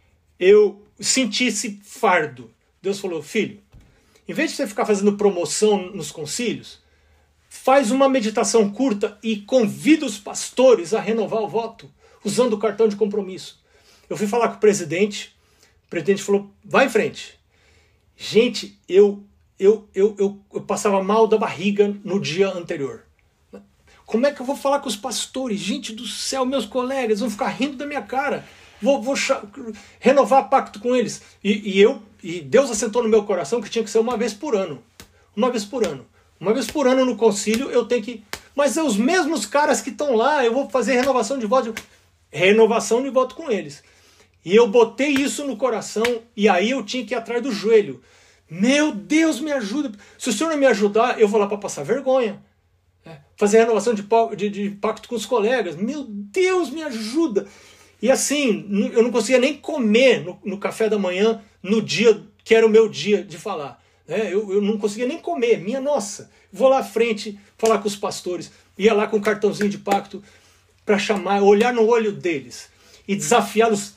eu senti esse fardo. Deus falou, filho, em vez de você ficar fazendo promoção nos concílios, faz uma meditação curta e convida os pastores a renovar o voto, usando o cartão de compromisso. Eu fui falar com o presidente, o presidente falou, vai em frente. Gente, eu, eu, eu, eu, eu passava mal da barriga no dia anterior. Como é que eu vou falar com os pastores? Gente do céu, meus colegas vão ficar rindo da minha cara. Vou, vou renovar pacto com eles. E, e, eu, e Deus assentou no meu coração que tinha que ser uma vez por ano. Uma vez por ano. Uma vez por ano no concílio eu tenho que... Mas é os mesmos caras que estão lá, eu vou fazer renovação de voto. Renovação de voto com eles. E eu botei isso no coração e aí eu tinha que ir atrás do joelho. Meu Deus, me ajuda. Se o senhor não me ajudar, eu vou lá para passar vergonha. É, fazer renovação de, de, de pacto com os colegas. Meu Deus, me ajuda. E assim, eu não conseguia nem comer no, no café da manhã, no dia que era o meu dia de falar. É, eu, eu não conseguia nem comer, minha nossa. Vou lá à frente falar com os pastores. Ia lá com o cartãozinho de pacto para chamar, olhar no olho deles e desafiá-los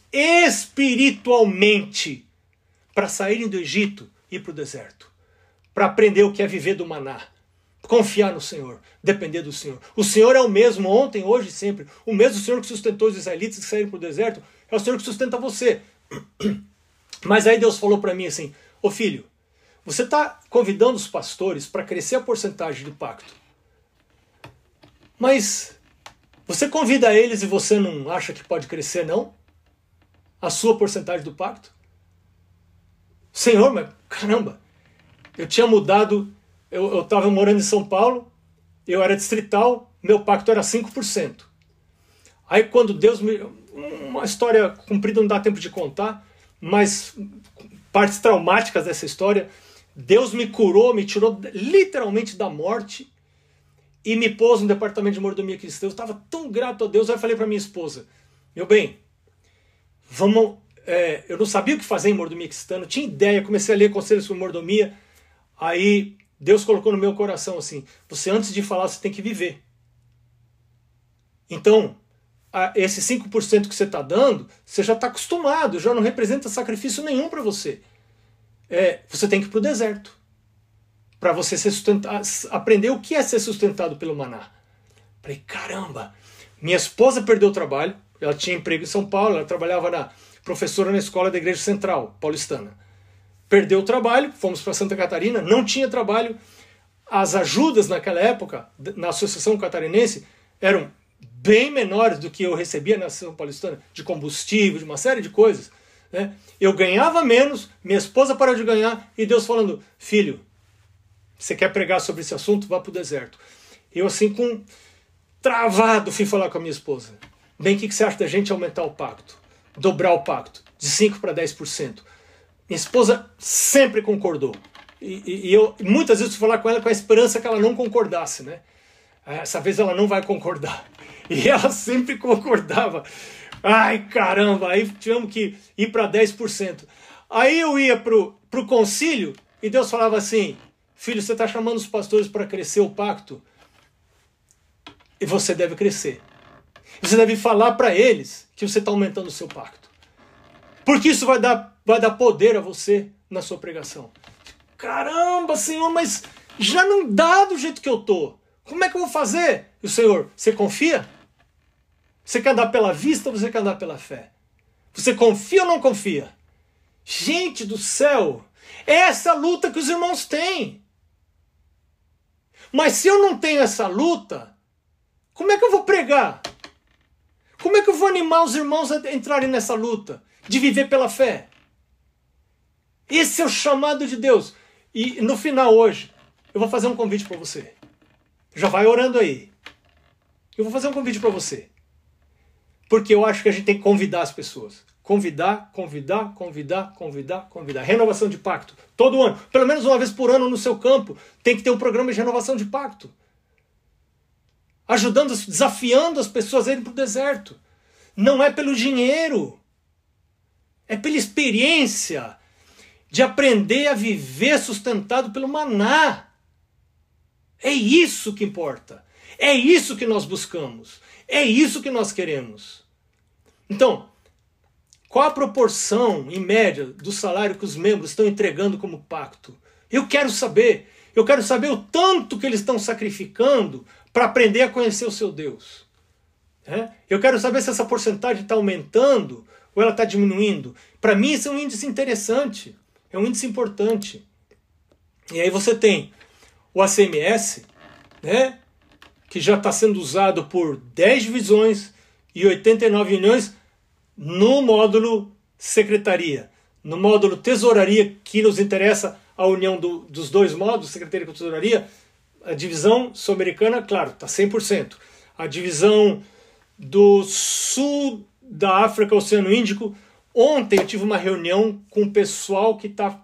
espiritualmente para saírem do Egito e ir para o deserto. Para aprender o que é viver do maná. Confiar no Senhor, depender do Senhor. O Senhor é o mesmo ontem, hoje e sempre. O mesmo Senhor que sustentou os israelitas que saíram para o deserto é o Senhor que sustenta você. Mas aí Deus falou para mim assim, ô filho, você está convidando os pastores para crescer a porcentagem do pacto. Mas você convida eles e você não acha que pode crescer, não? A sua porcentagem do pacto? Senhor, mas caramba, eu tinha mudado, eu estava morando em São Paulo, eu era distrital, meu pacto era cinco por cento. Aí quando Deus me... Uma história comprida não dá tempo de contar, mas partes traumáticas dessa história... Deus me curou, me tirou literalmente da morte e me pôs no departamento de mordomia cristã. Eu estava tão grato a Deus, aí eu falei para minha esposa, meu bem, vamos, é, eu não sabia o que fazer em mordomia cristã, não tinha ideia, comecei a ler conselhos sobre mordomia, aí Deus colocou no meu coração assim, você antes de falar, você tem que viver. Então, a, esse cinco por cento que você está dando, você já está acostumado, já não representa sacrifício nenhum para você. É, você tem que ir para o deserto para você ser sustentado, aprender o que é ser sustentado pelo maná. Falei, caramba, minha esposa perdeu o trabalho, ela tinha emprego em São Paulo, ela trabalhava na professora na escola da Igreja Central, paulistana. Perdeu o trabalho, fomos para Santa Catarina, não tinha trabalho, as ajudas naquela época, na Associação Catarinense, eram bem menores do que eu recebia na Associação Paulistana, de combustível, de uma série de coisas. Né? Eu ganhava menos, minha esposa parou de ganhar e Deus falando, filho, você quer pregar sobre esse assunto? Vá para o deserto. Eu assim com travado fui falar com a minha esposa. Bem, o que você acha da gente aumentar o pacto? Dobrar o pacto de cinco para dez por cento. Minha esposa sempre concordou. E, e, e eu muitas vezes fui falar com ela com a esperança que ela não concordasse. Né? Essa vez ela não vai concordar. E ela sempre concordava. Ai, caramba, aí tivemos que ir para dez por cento. Aí eu ia para o concílio e Deus falava assim, filho, você está chamando os pastores para crescer o pacto? E você deve crescer. Você deve falar para eles que você está aumentando o seu pacto. Porque isso vai dar, vai dar poder a você na sua pregação. Caramba, Senhor, mas já não dá do jeito que eu estou. Como é que eu vou fazer? E o Senhor, você confia? Você quer andar pela vista ou você quer andar pela fé? Você confia ou não confia? Gente do céu, é essa luta que os irmãos têm. Mas se eu não tenho essa luta, como é que eu vou pregar? Como é que eu vou animar os irmãos a entrarem nessa luta? De viver pela fé? Esse é o chamado de Deus. E no final hoje, eu vou fazer um convite para você. Já vai orando aí. Eu vou fazer um convite para você. Porque eu acho que a gente tem que convidar as pessoas. Convidar, convidar, convidar, convidar, convidar. Renovação de pacto. Todo ano. Pelo menos uma vez por ano no seu campo. Tem que ter um programa de renovação de pacto. Ajudando, desafiando as pessoas a irem para o deserto. Não é pelo dinheiro. É pela experiência de aprender a viver sustentado pelo maná. É isso que importa. É isso que nós buscamos. É isso que nós queremos. Então, qual a proporção, em média, do salário que os membros estão entregando como pacto? Eu quero saber. Eu quero saber o tanto que eles estão sacrificando para aprender a conhecer o seu Deus. É? Eu quero saber se essa porcentagem está aumentando ou ela está diminuindo. Para mim, isso é um índice interessante. É um índice importante. E aí você tem o A C M S, né, que já está sendo usado por dez divisões e oitenta e nove uniões no módulo secretaria. No módulo tesouraria, que nos interessa a união do, dos dois módulos, secretaria e tesouraria, a divisão sul-americana, claro, está cem por cento. A divisão do sul da África, Oceano Índico, ontem eu tive uma reunião com o pessoal que está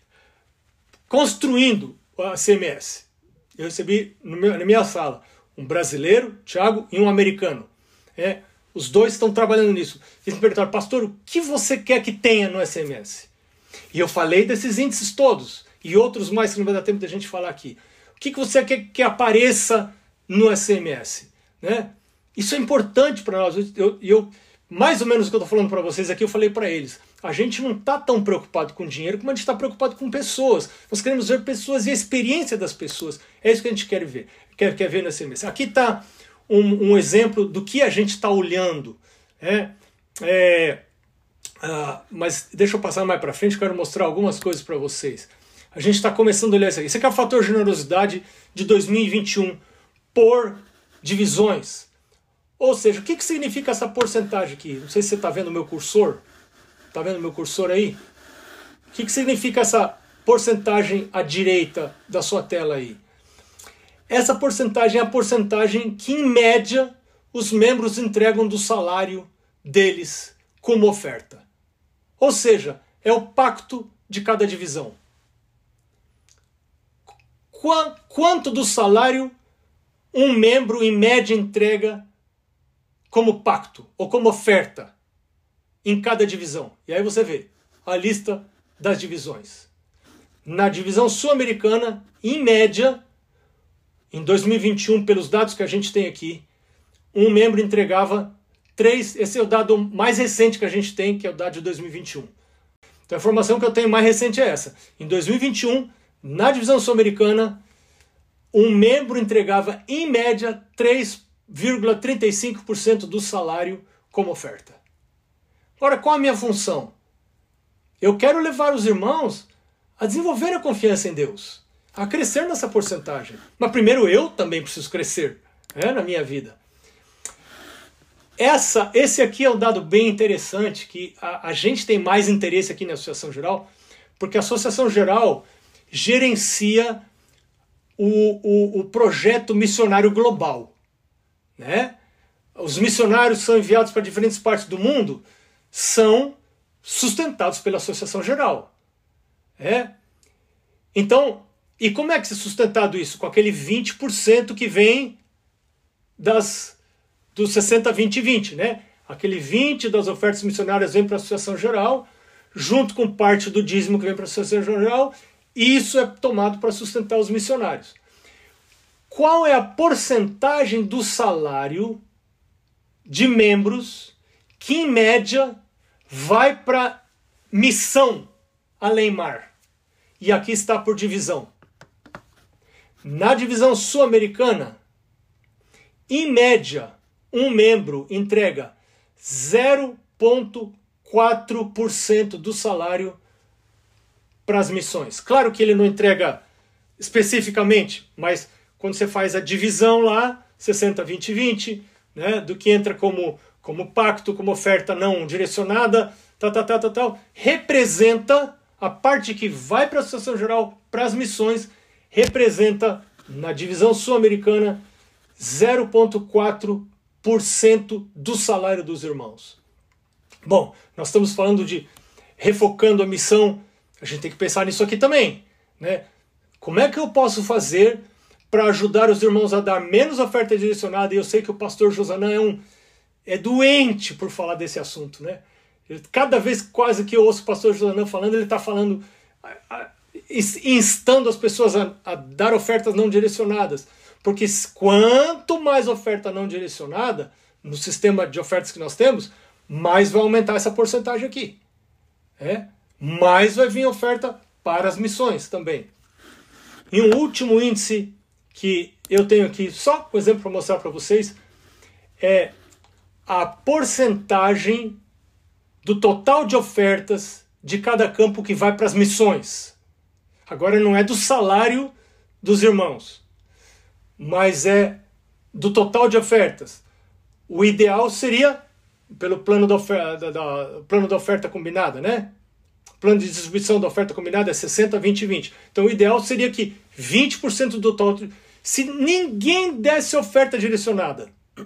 construindo a C M S. Eu recebi no meu, na minha sala um brasileiro, Thiago, e um americano. É, os dois estão trabalhando nisso. Eles me perguntaram, pastor, o que você quer que tenha no S M S? E eu falei desses índices todos, e outros mais que não vai dar tempo de a gente falar aqui. O que você quer que apareça no S M S? Né? Isso é importante para nós. Eu, eu, mais ou menos o que eu estou falando para vocês aqui, eu falei para eles. A gente não está tão preocupado com dinheiro como a gente está preocupado com pessoas. Nós queremos ver pessoas e a experiência das pessoas. É isso que a gente quer ver. Quer, quer ver no S M S. Aqui está um, um exemplo do que a gente está olhando. É, é, ah, mas deixa eu passar mais para frente, eu quero mostrar algumas coisas para vocês. A gente está começando a olhar isso aqui. Esse aqui é o fator generosidade de dois mil e vinte e um por divisões. Ou seja, o que, que significa essa porcentagem aqui? Não sei se você está vendo o meu cursor. Está vendo o meu cursor aí? O que, que significa essa porcentagem à direita da sua tela aí? Essa porcentagem é a porcentagem que, em média, os membros entregam do salário deles como oferta. Ou seja, é o pacto de cada divisão. Quanto do salário um membro, em média, entrega como pacto ou como oferta em cada divisão? E aí você vê a lista das divisões. Na divisão sul-americana, em média, em dois mil e vinte e um, pelos dados que a gente tem aqui, um membro entregava três. Esse é o dado mais recente que a gente tem, que é o dado de dois mil e vinte e um. Então a informação que eu tenho mais recente é essa. Em dois mil e vinte e um, na divisão sul-americana, um membro entregava, em média, três vírgula trinta e cinco por cento do salário como oferta. Agora, qual a minha função? Eu quero levar os irmãos a desenvolver a confiança em Deus, a crescer nessa porcentagem. Mas primeiro eu também preciso crescer, né, na minha vida. Essa, esse aqui é um dado bem interessante, que a, a gente tem mais interesse aqui na Associação Geral, porque a Associação Geral gerencia o, o, o projeto missionário global. Né? Os missionários que são enviados para diferentes partes do mundo são sustentados pela Associação Geral. É? Então, e como é que é sustentado isso? Com aquele vinte por cento que vem das, dos sessenta, vinte e vinte. Né? Aquele vinte por cento das ofertas missionárias vem para a Associação Geral, junto com parte do dízimo que vem para a Associação Geral, e isso é tomado para sustentar os missionários. Qual é a porcentagem do salário de membros que, em média, vai para missão além-mar? E aqui está por divisão. Na divisão sul-americana, em média, um membro entrega zero vírgula quatro por cento do salário para as missões. Claro que ele não entrega especificamente, mas quando você faz a divisão lá, sessenta, vinte, vinte, né, do que entra como, como pacto, como oferta não direcionada, tal, tal, tal, tal, tal, representa a parte que vai para a Associação Geral, para as missões, representa, na divisão sul-americana, zero vírgula quatro por cento do salário dos irmãos. Bom, nós estamos falando de refocando a missão, a gente tem que pensar nisso aqui também, né? Como é que eu posso fazer para ajudar os irmãos a dar menos oferta direcionada? E eu sei que o pastor Josanã é um é doente por falar desse assunto, né? Cada vez quase que eu ouço o pastor Josanã falando, ele está falando, instando as pessoas a, a dar ofertas não direcionadas. Porque quanto mais oferta não direcionada, no sistema de ofertas que nós temos, mais vai aumentar essa porcentagem aqui. É? Mais vai vir oferta para as missões também. E um último índice que eu tenho aqui, só um exemplo para mostrar para vocês, é a porcentagem do total de ofertas de cada campo que vai para as missões. Agora não é do salário dos irmãos, mas é do total de ofertas. O ideal seria, pelo plano da oferta, da, da, plano da oferta combinada, né? O plano de distribuição da oferta combinada é sessenta, vinte e vinte. Então o ideal seria que vinte por cento do total... Se ninguém desse oferta direcionada,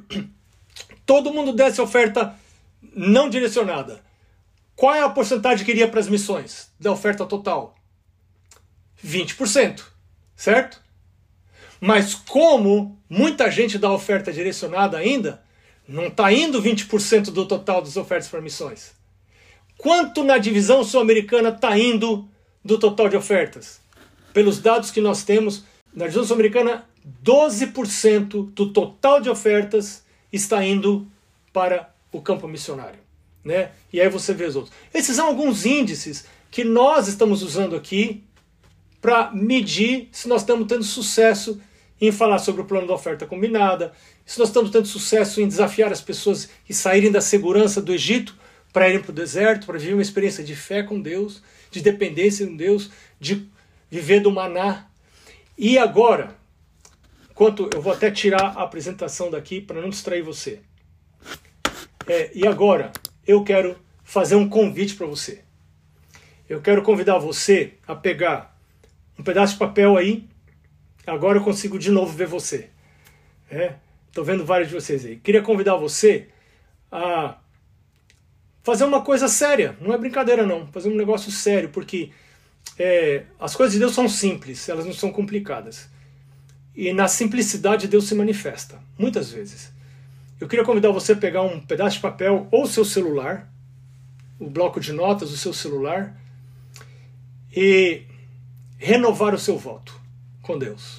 todo mundo desse oferta não direcionada, qual é a porcentagem que iria para as missões da oferta total? vinte por cento, certo? Mas como muita gente dá oferta direcionada ainda, não está indo vinte por cento do total das ofertas para missões. Quanto na divisão sul-americana está indo do total de ofertas? Pelos dados que nós temos, na divisão sul-americana, doze por cento do total de ofertas está indo para o campo missionário, né? E aí você vê os outros. Esses são alguns índices que nós estamos usando aqui para medir se nós estamos tendo sucesso em falar sobre o plano da oferta combinada, se nós estamos tendo sucesso em desafiar as pessoas e saírem da segurança do Egito para irem para o deserto, para viver uma experiência de fé com Deus, de dependência com Deus, de viver do maná. E agora, enquanto eu vou até tirar a apresentação daqui para não distrair você. É, e agora, eu quero fazer um convite para você. Eu quero convidar você a pegar um pedaço de papel aí. Agora eu consigo de novo ver você. Estou é, vendo vários de vocês aí. Queria convidar você a fazer uma coisa séria. Não é brincadeira não. Fazer um negócio sério, porque é, as coisas de Deus são simples, elas não são complicadas. E na simplicidade Deus se manifesta, muitas vezes. Eu queria convidar você a pegar um pedaço de papel ou o seu celular, o bloco de notas do seu celular, e renovar o seu voto com Deus.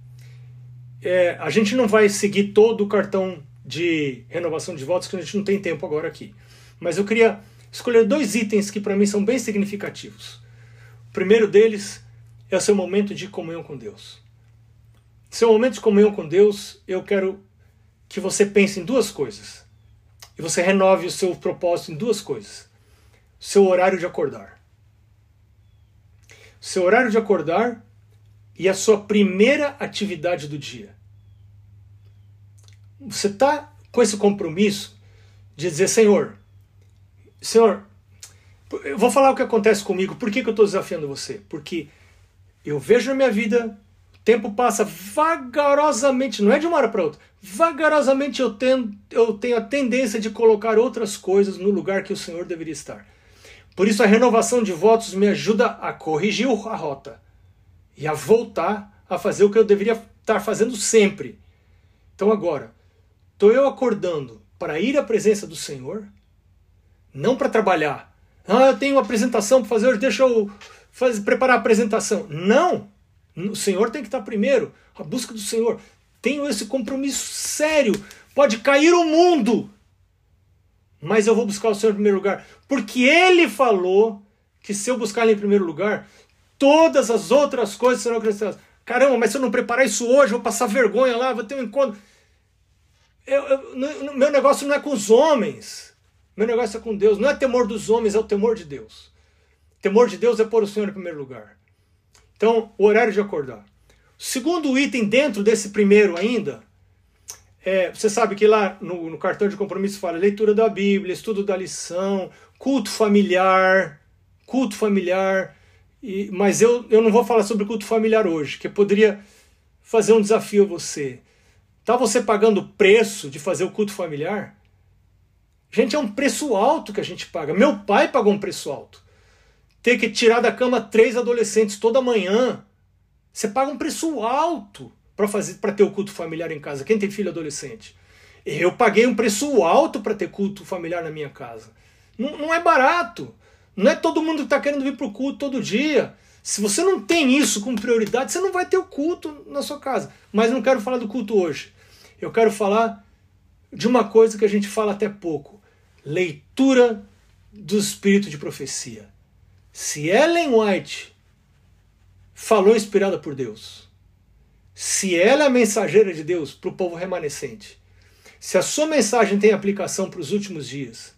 É, a gente não vai seguir todo o cartão de renovação de votos, que a gente não tem tempo agora aqui. Mas eu queria escolher dois itens que para mim são bem significativos. O primeiro deles é o seu momento de comunhão com Deus. Seu momento de comunhão com Deus, eu quero que você pense em duas coisas. E você renove o seu propósito em duas coisas. Seu horário de acordar. Seu horário de acordar e a sua primeira atividade do dia. Você está com esse compromisso de dizer, Senhor, Senhor, eu vou falar o que acontece comigo. Por que, que eu estou desafiando você? Porque eu vejo na minha vida, o tempo passa vagarosamente, não é de uma hora para outra, vagarosamente eu tenho, eu tenho a tendência de colocar outras coisas no lugar que o Senhor deveria estar. Por isso a renovação de votos me ajuda a corrigir a rota e a voltar a fazer o que eu deveria estar fazendo sempre. Então agora, estou eu acordando para ir à presença do Senhor, não para trabalhar. Ah, eu tenho uma apresentação para fazer hoje, deixa eu fazer, preparar a apresentação. Não! O Senhor tem que estar primeiro. A busca do Senhor. Tenho esse compromisso sério. Pode cair o mundo, mas eu vou buscar o Senhor em primeiro lugar. Porque Ele falou que se eu buscar Ele em primeiro lugar, todas as outras coisas serão acrescentadas. Caramba, mas se eu não preparar isso hoje, eu vou passar vergonha lá, vou ter um encontro. Eu, eu, meu negócio não é com os homens. Meu negócio é com Deus. Não é temor dos homens, é o temor de Deus. Temor de Deus é pôr o Senhor em primeiro lugar. Então, o horário de acordar. O segundo item dentro desse primeiro ainda, é, você sabe que lá no, no cartão de compromisso fala leitura da Bíblia, estudo da lição, culto familiar, culto familiar. E, mas eu, eu não vou falar sobre culto familiar hoje, que eu poderia fazer um desafio a você. Tá você pagando o preço de fazer o culto familiar? Gente, é um preço alto que a gente paga. Meu pai pagou um preço alto. Ter que tirar da cama três adolescentes toda manhã. Você paga um preço alto para fazer, para ter o culto familiar em casa. Quem tem filho adolescente? Eu paguei um preço alto para ter culto familiar na minha casa. Não, não é barato. Não é todo mundo que está querendo vir para o culto todo dia. Se você não tem isso como prioridade, você não vai ter o culto na sua casa. Mas não quero falar do culto hoje. Eu quero falar de uma coisa que a gente fala até pouco. Leitura do espírito de profecia. Se Ellen White falou inspirada por Deus, se ela é a mensageira de Deus para o povo remanescente, se a sua mensagem tem aplicação para os últimos dias,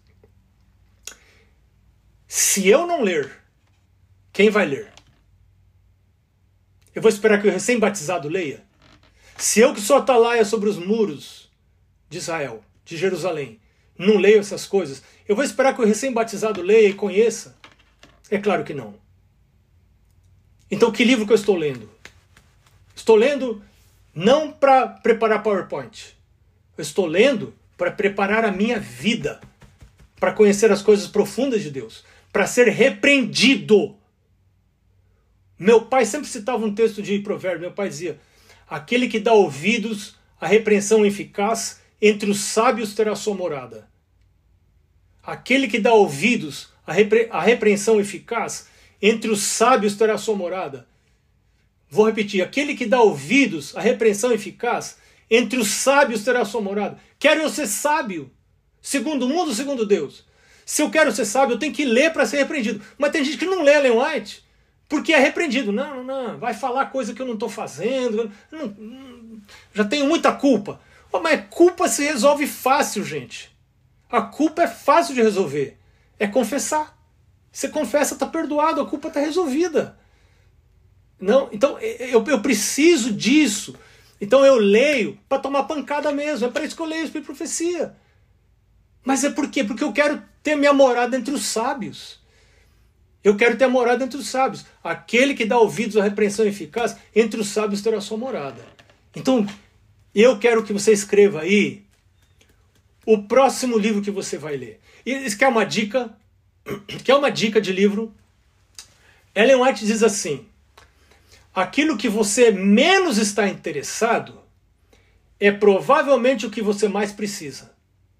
se eu não ler, quem vai ler? Eu vou esperar que o recém-batizado leia? Se eu que sou atalaia sobre os muros de Israel, de Jerusalém, não leio essas coisas, eu vou esperar que o recém-batizado leia e conheça? É claro que não. Então que livro que eu estou lendo? Estou lendo não para preparar PowerPoint. Eu estou lendo para preparar a minha vida, para conhecer as coisas profundas de Deus, para ser repreendido. Meu pai sempre citava um texto de Provérbios. Meu pai dizia: aquele que dá ouvidos à repreensão eficaz, entre os sábios terá sua morada. Aquele que dá ouvidos à, repre à repreensão eficaz, entre os sábios terá sua morada. Vou repetir: aquele que dá ouvidos à repreensão eficaz, entre os sábios terá sua morada. Quero eu ser sábio, segundo o mundo, segundo Deus. Se eu quero ser sábio, eu tenho que ler para ser repreendido. Mas tem gente que não lê Ellen White, porque é repreendido. Não, não, não, vai falar coisa que eu não estou fazendo. Não, não, já tenho muita culpa. Oh, mas culpa se resolve fácil, gente. A culpa é fácil de resolver. É confessar. Você confessa, está perdoado, a culpa está resolvida. Não, então eu, eu preciso disso. Então eu leio para tomar pancada mesmo. É para isso que eu leio Espírito de Profecia. Mas é por quê? Porque eu quero ter minha morada entre os sábios. Eu quero ter a morada entre os sábios. Aquele que dá ouvidos à repreensão eficaz, entre os sábios terá sua morada. Então, eu quero que você escreva aí o próximo livro que você vai ler. E isso que é uma dica, que é uma dica de livro. Ellen White diz assim: aquilo que você menos está interessado é provavelmente o que você mais precisa.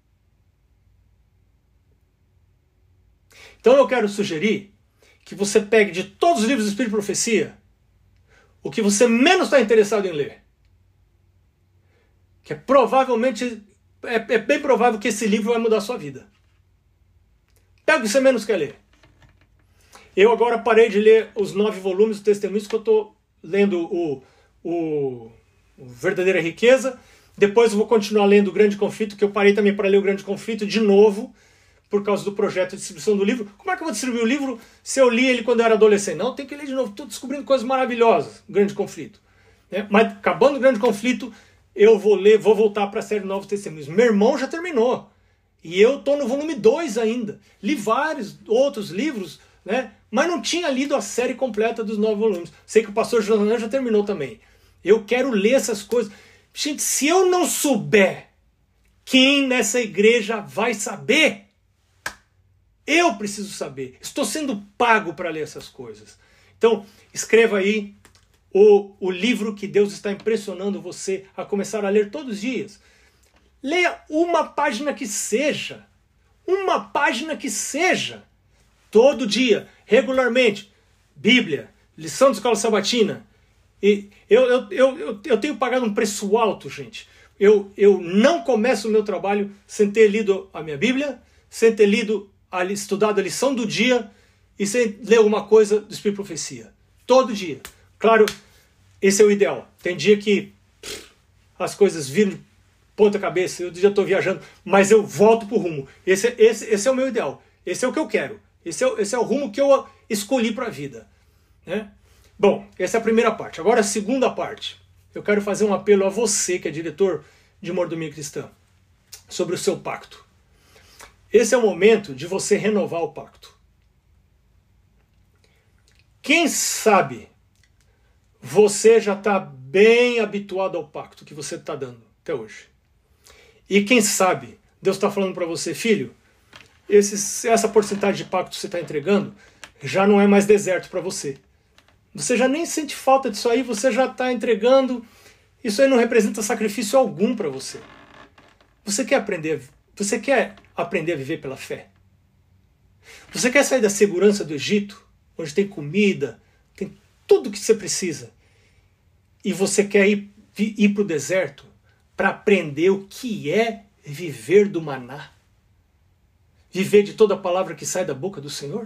Então eu quero sugerir que você pegue de todos os livros do Espírito de Profecia o que você menos está interessado em ler. Que é provavelmente, é, é bem provável que esse livro vai mudar a sua vida. Pega o que você menos quer ler. Eu agora parei de ler os nove volumes do Testemunhos, que eu estou lendo o, o, o Verdadeira Riqueza. Depois eu vou continuar lendo o Grande Conflito, que eu parei também para ler o Grande Conflito de novo, por causa do projeto de distribuição do livro. Como é que eu vou distribuir o livro se eu li ele quando eu era adolescente? Não, tem que ler de novo. Estou descobrindo coisas maravilhosas, Grande Conflito. Né? Mas acabando o Grande Conflito, eu vou ler, vou voltar para a série Novos Testemunhos. Meu irmão já terminou. E eu estou no volume dois ainda. Li vários outros livros, né? Mas não tinha lido a série completa dos nove volumes. Sei que o pastor Jonan já terminou também. Eu quero ler essas coisas. Gente, se eu não souber, quem nessa igreja vai saber? Eu preciso saber. Estou sendo pago para ler essas coisas. Então, escreva aí o, o livro que Deus está impressionando você a começar a ler todos os dias. Leia uma página que seja. Uma página que seja. Todo dia, regularmente. Bíblia, lição de escola sabatina. E eu, eu, eu, eu, eu tenho pagado um preço alto, gente. Eu, eu não começo o meu trabalho sem ter lido a minha Bíblia, sem ter lido, a, estudado a lição do dia e sem ler alguma coisa do Espírito de Profecia. Todo dia. Claro, esse é o ideal. Tem dia que pff, as coisas viram ponta cabeça, eu já estou viajando, mas eu volto para o rumo. Esse, esse, esse é o meu ideal. Esse é o que eu quero. Esse é, esse é o rumo que eu escolhi para a vida. Né? Bom, essa é a primeira parte. Agora a segunda parte. Eu quero fazer um apelo a você, que é diretor de Mordomia Cristã, sobre o seu pacto. Esse é o momento de você renovar o pacto. Quem sabe você já está bem habituado ao pacto que você está dando até hoje. E quem sabe Deus está falando para você, filho, esse, essa porcentagem de pacto que você está entregando já não é mais deserto para você. Você já nem sente falta disso aí, você já está entregando. Isso aí não representa sacrifício algum para você. Você quer aprender, você quer aprender a viver pela fé? Você quer sair da segurança do Egito, onde tem comida, tem tudo que você precisa, e você quer ir, ir para o deserto para aprender o que é viver do maná? Viver de toda a palavra que sai da boca do Senhor?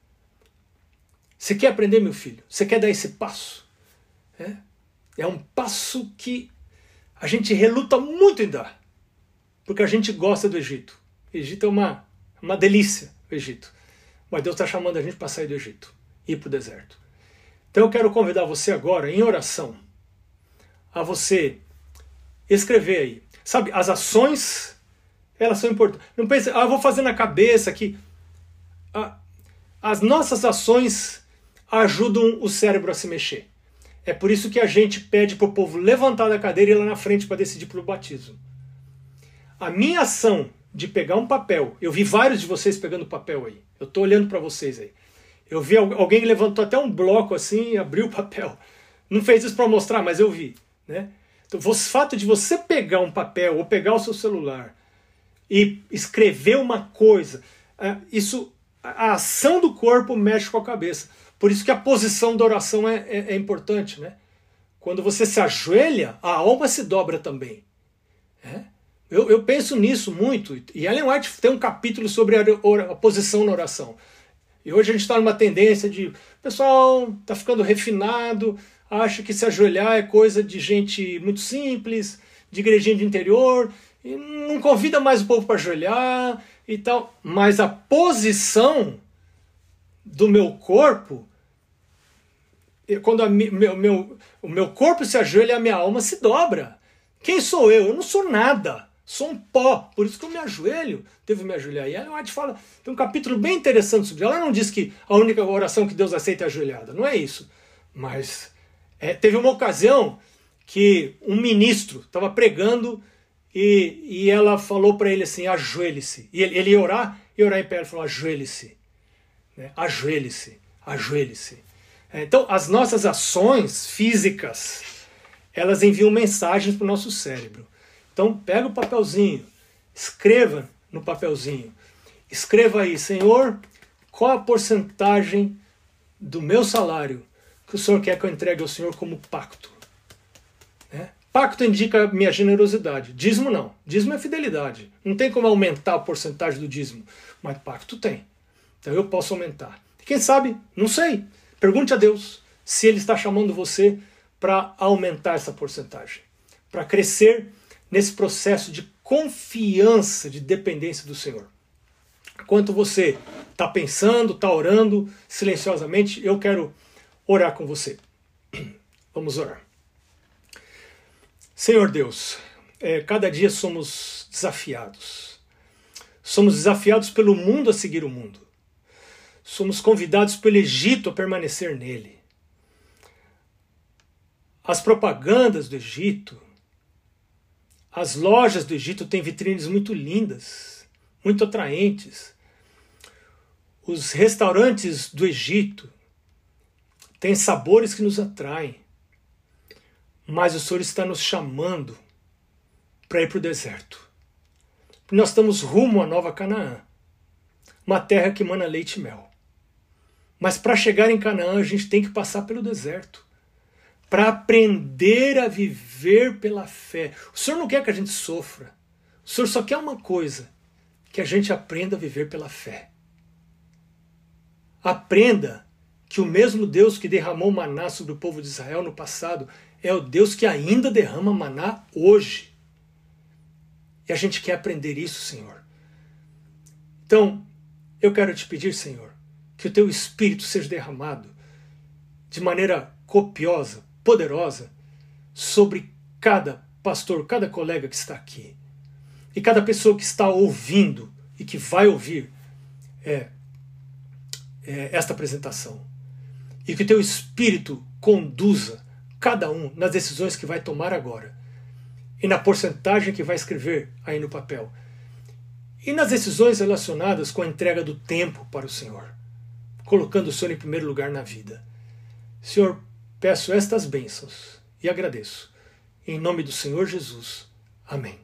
Você quer aprender, meu filho? Você quer dar esse passo? É, é um passo que a gente reluta muito em dar, porque a gente gosta do Egito. O Egito é uma, uma delícia, o Egito. Mas Deus está chamando a gente para sair do Egito e ir para o deserto. Então eu quero convidar você agora, em oração, a você escrever aí. Sabe, as ações, elas são importantes. Não pense, ah, eu vou fazer na cabeça aqui. Ah, as nossas ações ajudam o cérebro a se mexer. É por isso que a gente pede para o povo levantar da cadeira e ir lá na frente para decidir pelo batismo. A minha ação de pegar um papel, eu vi vários de vocês pegando papel aí, eu estou olhando para vocês aí. Eu vi alguém que levantou até um bloco assim e abriu o papel. Não fez isso para mostrar, mas eu vi. Né? Então, o fato de você pegar um papel ou pegar o seu celular e escrever uma coisa, isso, a ação do corpo mexe com a cabeça. Por isso que a posição da oração é, é, é importante. Né? Quando você se ajoelha, a alma se dobra também. É? Eu, eu penso nisso muito. E Ellen White tem um capítulo sobre a, a posição na oração. E hoje a gente está numa tendência de... O pessoal está ficando refinado, acha que se ajoelhar é coisa de gente muito simples, de igrejinha de interior, e não convida mais o povo para ajoelhar e tal. Mas a posição do meu corpo, quando a, meu, meu, o meu corpo se ajoelha, a minha alma se dobra. Quem sou eu? Eu não sou nada. Sou um pó, por isso que eu me ajoelho, devo me ajoelhar. E ela fala, tem um capítulo bem interessante sobre ela. Ela não diz que a única oração que Deus aceita é ajoelhada, não é isso. Mas é, teve uma ocasião que um ministro estava pregando e, e ela falou para ele assim, ajoelhe-se. E ele, ele ia orar, e orar em pé, ela falou, ajoelhe-se, né? ajoelhe-se, ajoelhe-se. É, então, as nossas ações físicas, elas enviam mensagens para o nosso cérebro. Então, pega o papelzinho, escreva no papelzinho. Escreva aí, Senhor, qual a porcentagem do meu salário que o Senhor quer que eu entregue ao Senhor como pacto? É? Pacto indica minha generosidade. Dízimo não. Dízimo é fidelidade. Não tem como aumentar a porcentagem do dízimo. Mas pacto tem. Então eu posso aumentar. Quem sabe? Não sei. Pergunte a Deus se Ele está chamando você para aumentar essa porcentagem. Para crescer nesse processo de confiança, de dependência do Senhor. Enquanto você está pensando, está orando silenciosamente, eu quero orar com você. Vamos orar. Senhor Deus, é, cada dia somos desafiados. Somos desafiados pelo mundo a seguir o mundo. Somos convidados pelo Egito a permanecer nele. As propagandas do Egito, as lojas do Egito têm vitrines muito lindas, muito atraentes. Os restaurantes do Egito têm sabores que nos atraem. Mas o Senhor está nos chamando para ir para o deserto. Nós estamos rumo à Nova Canaã, uma terra que emana leite e mel. Mas para chegar em Canaã, a gente tem que passar pelo deserto. Para aprender a viver pela fé. O Senhor não quer que a gente sofra. O Senhor só quer uma coisa, que a gente aprenda a viver pela fé. Aprenda que o mesmo Deus que derramou maná sobre o povo de Israel no passado é o Deus que ainda derrama maná hoje. E a gente quer aprender isso, Senhor. Então, eu quero te pedir, Senhor, que o teu Espírito seja derramado de maneira copiosa, poderosa, sobre cada pastor, cada colega que está aqui. E cada pessoa que está ouvindo e que vai ouvir é, é, esta apresentação. e que o teu Espírito conduza cada um nas decisões que vai tomar agora e na porcentagem que vai escrever aí no papel e nas decisões relacionadas com a entrega do tempo para o Senhor, colocando o Senhor em primeiro lugar na vida. Senhor, peço estas bênçãos e agradeço. Em nome do Senhor Jesus. Amém.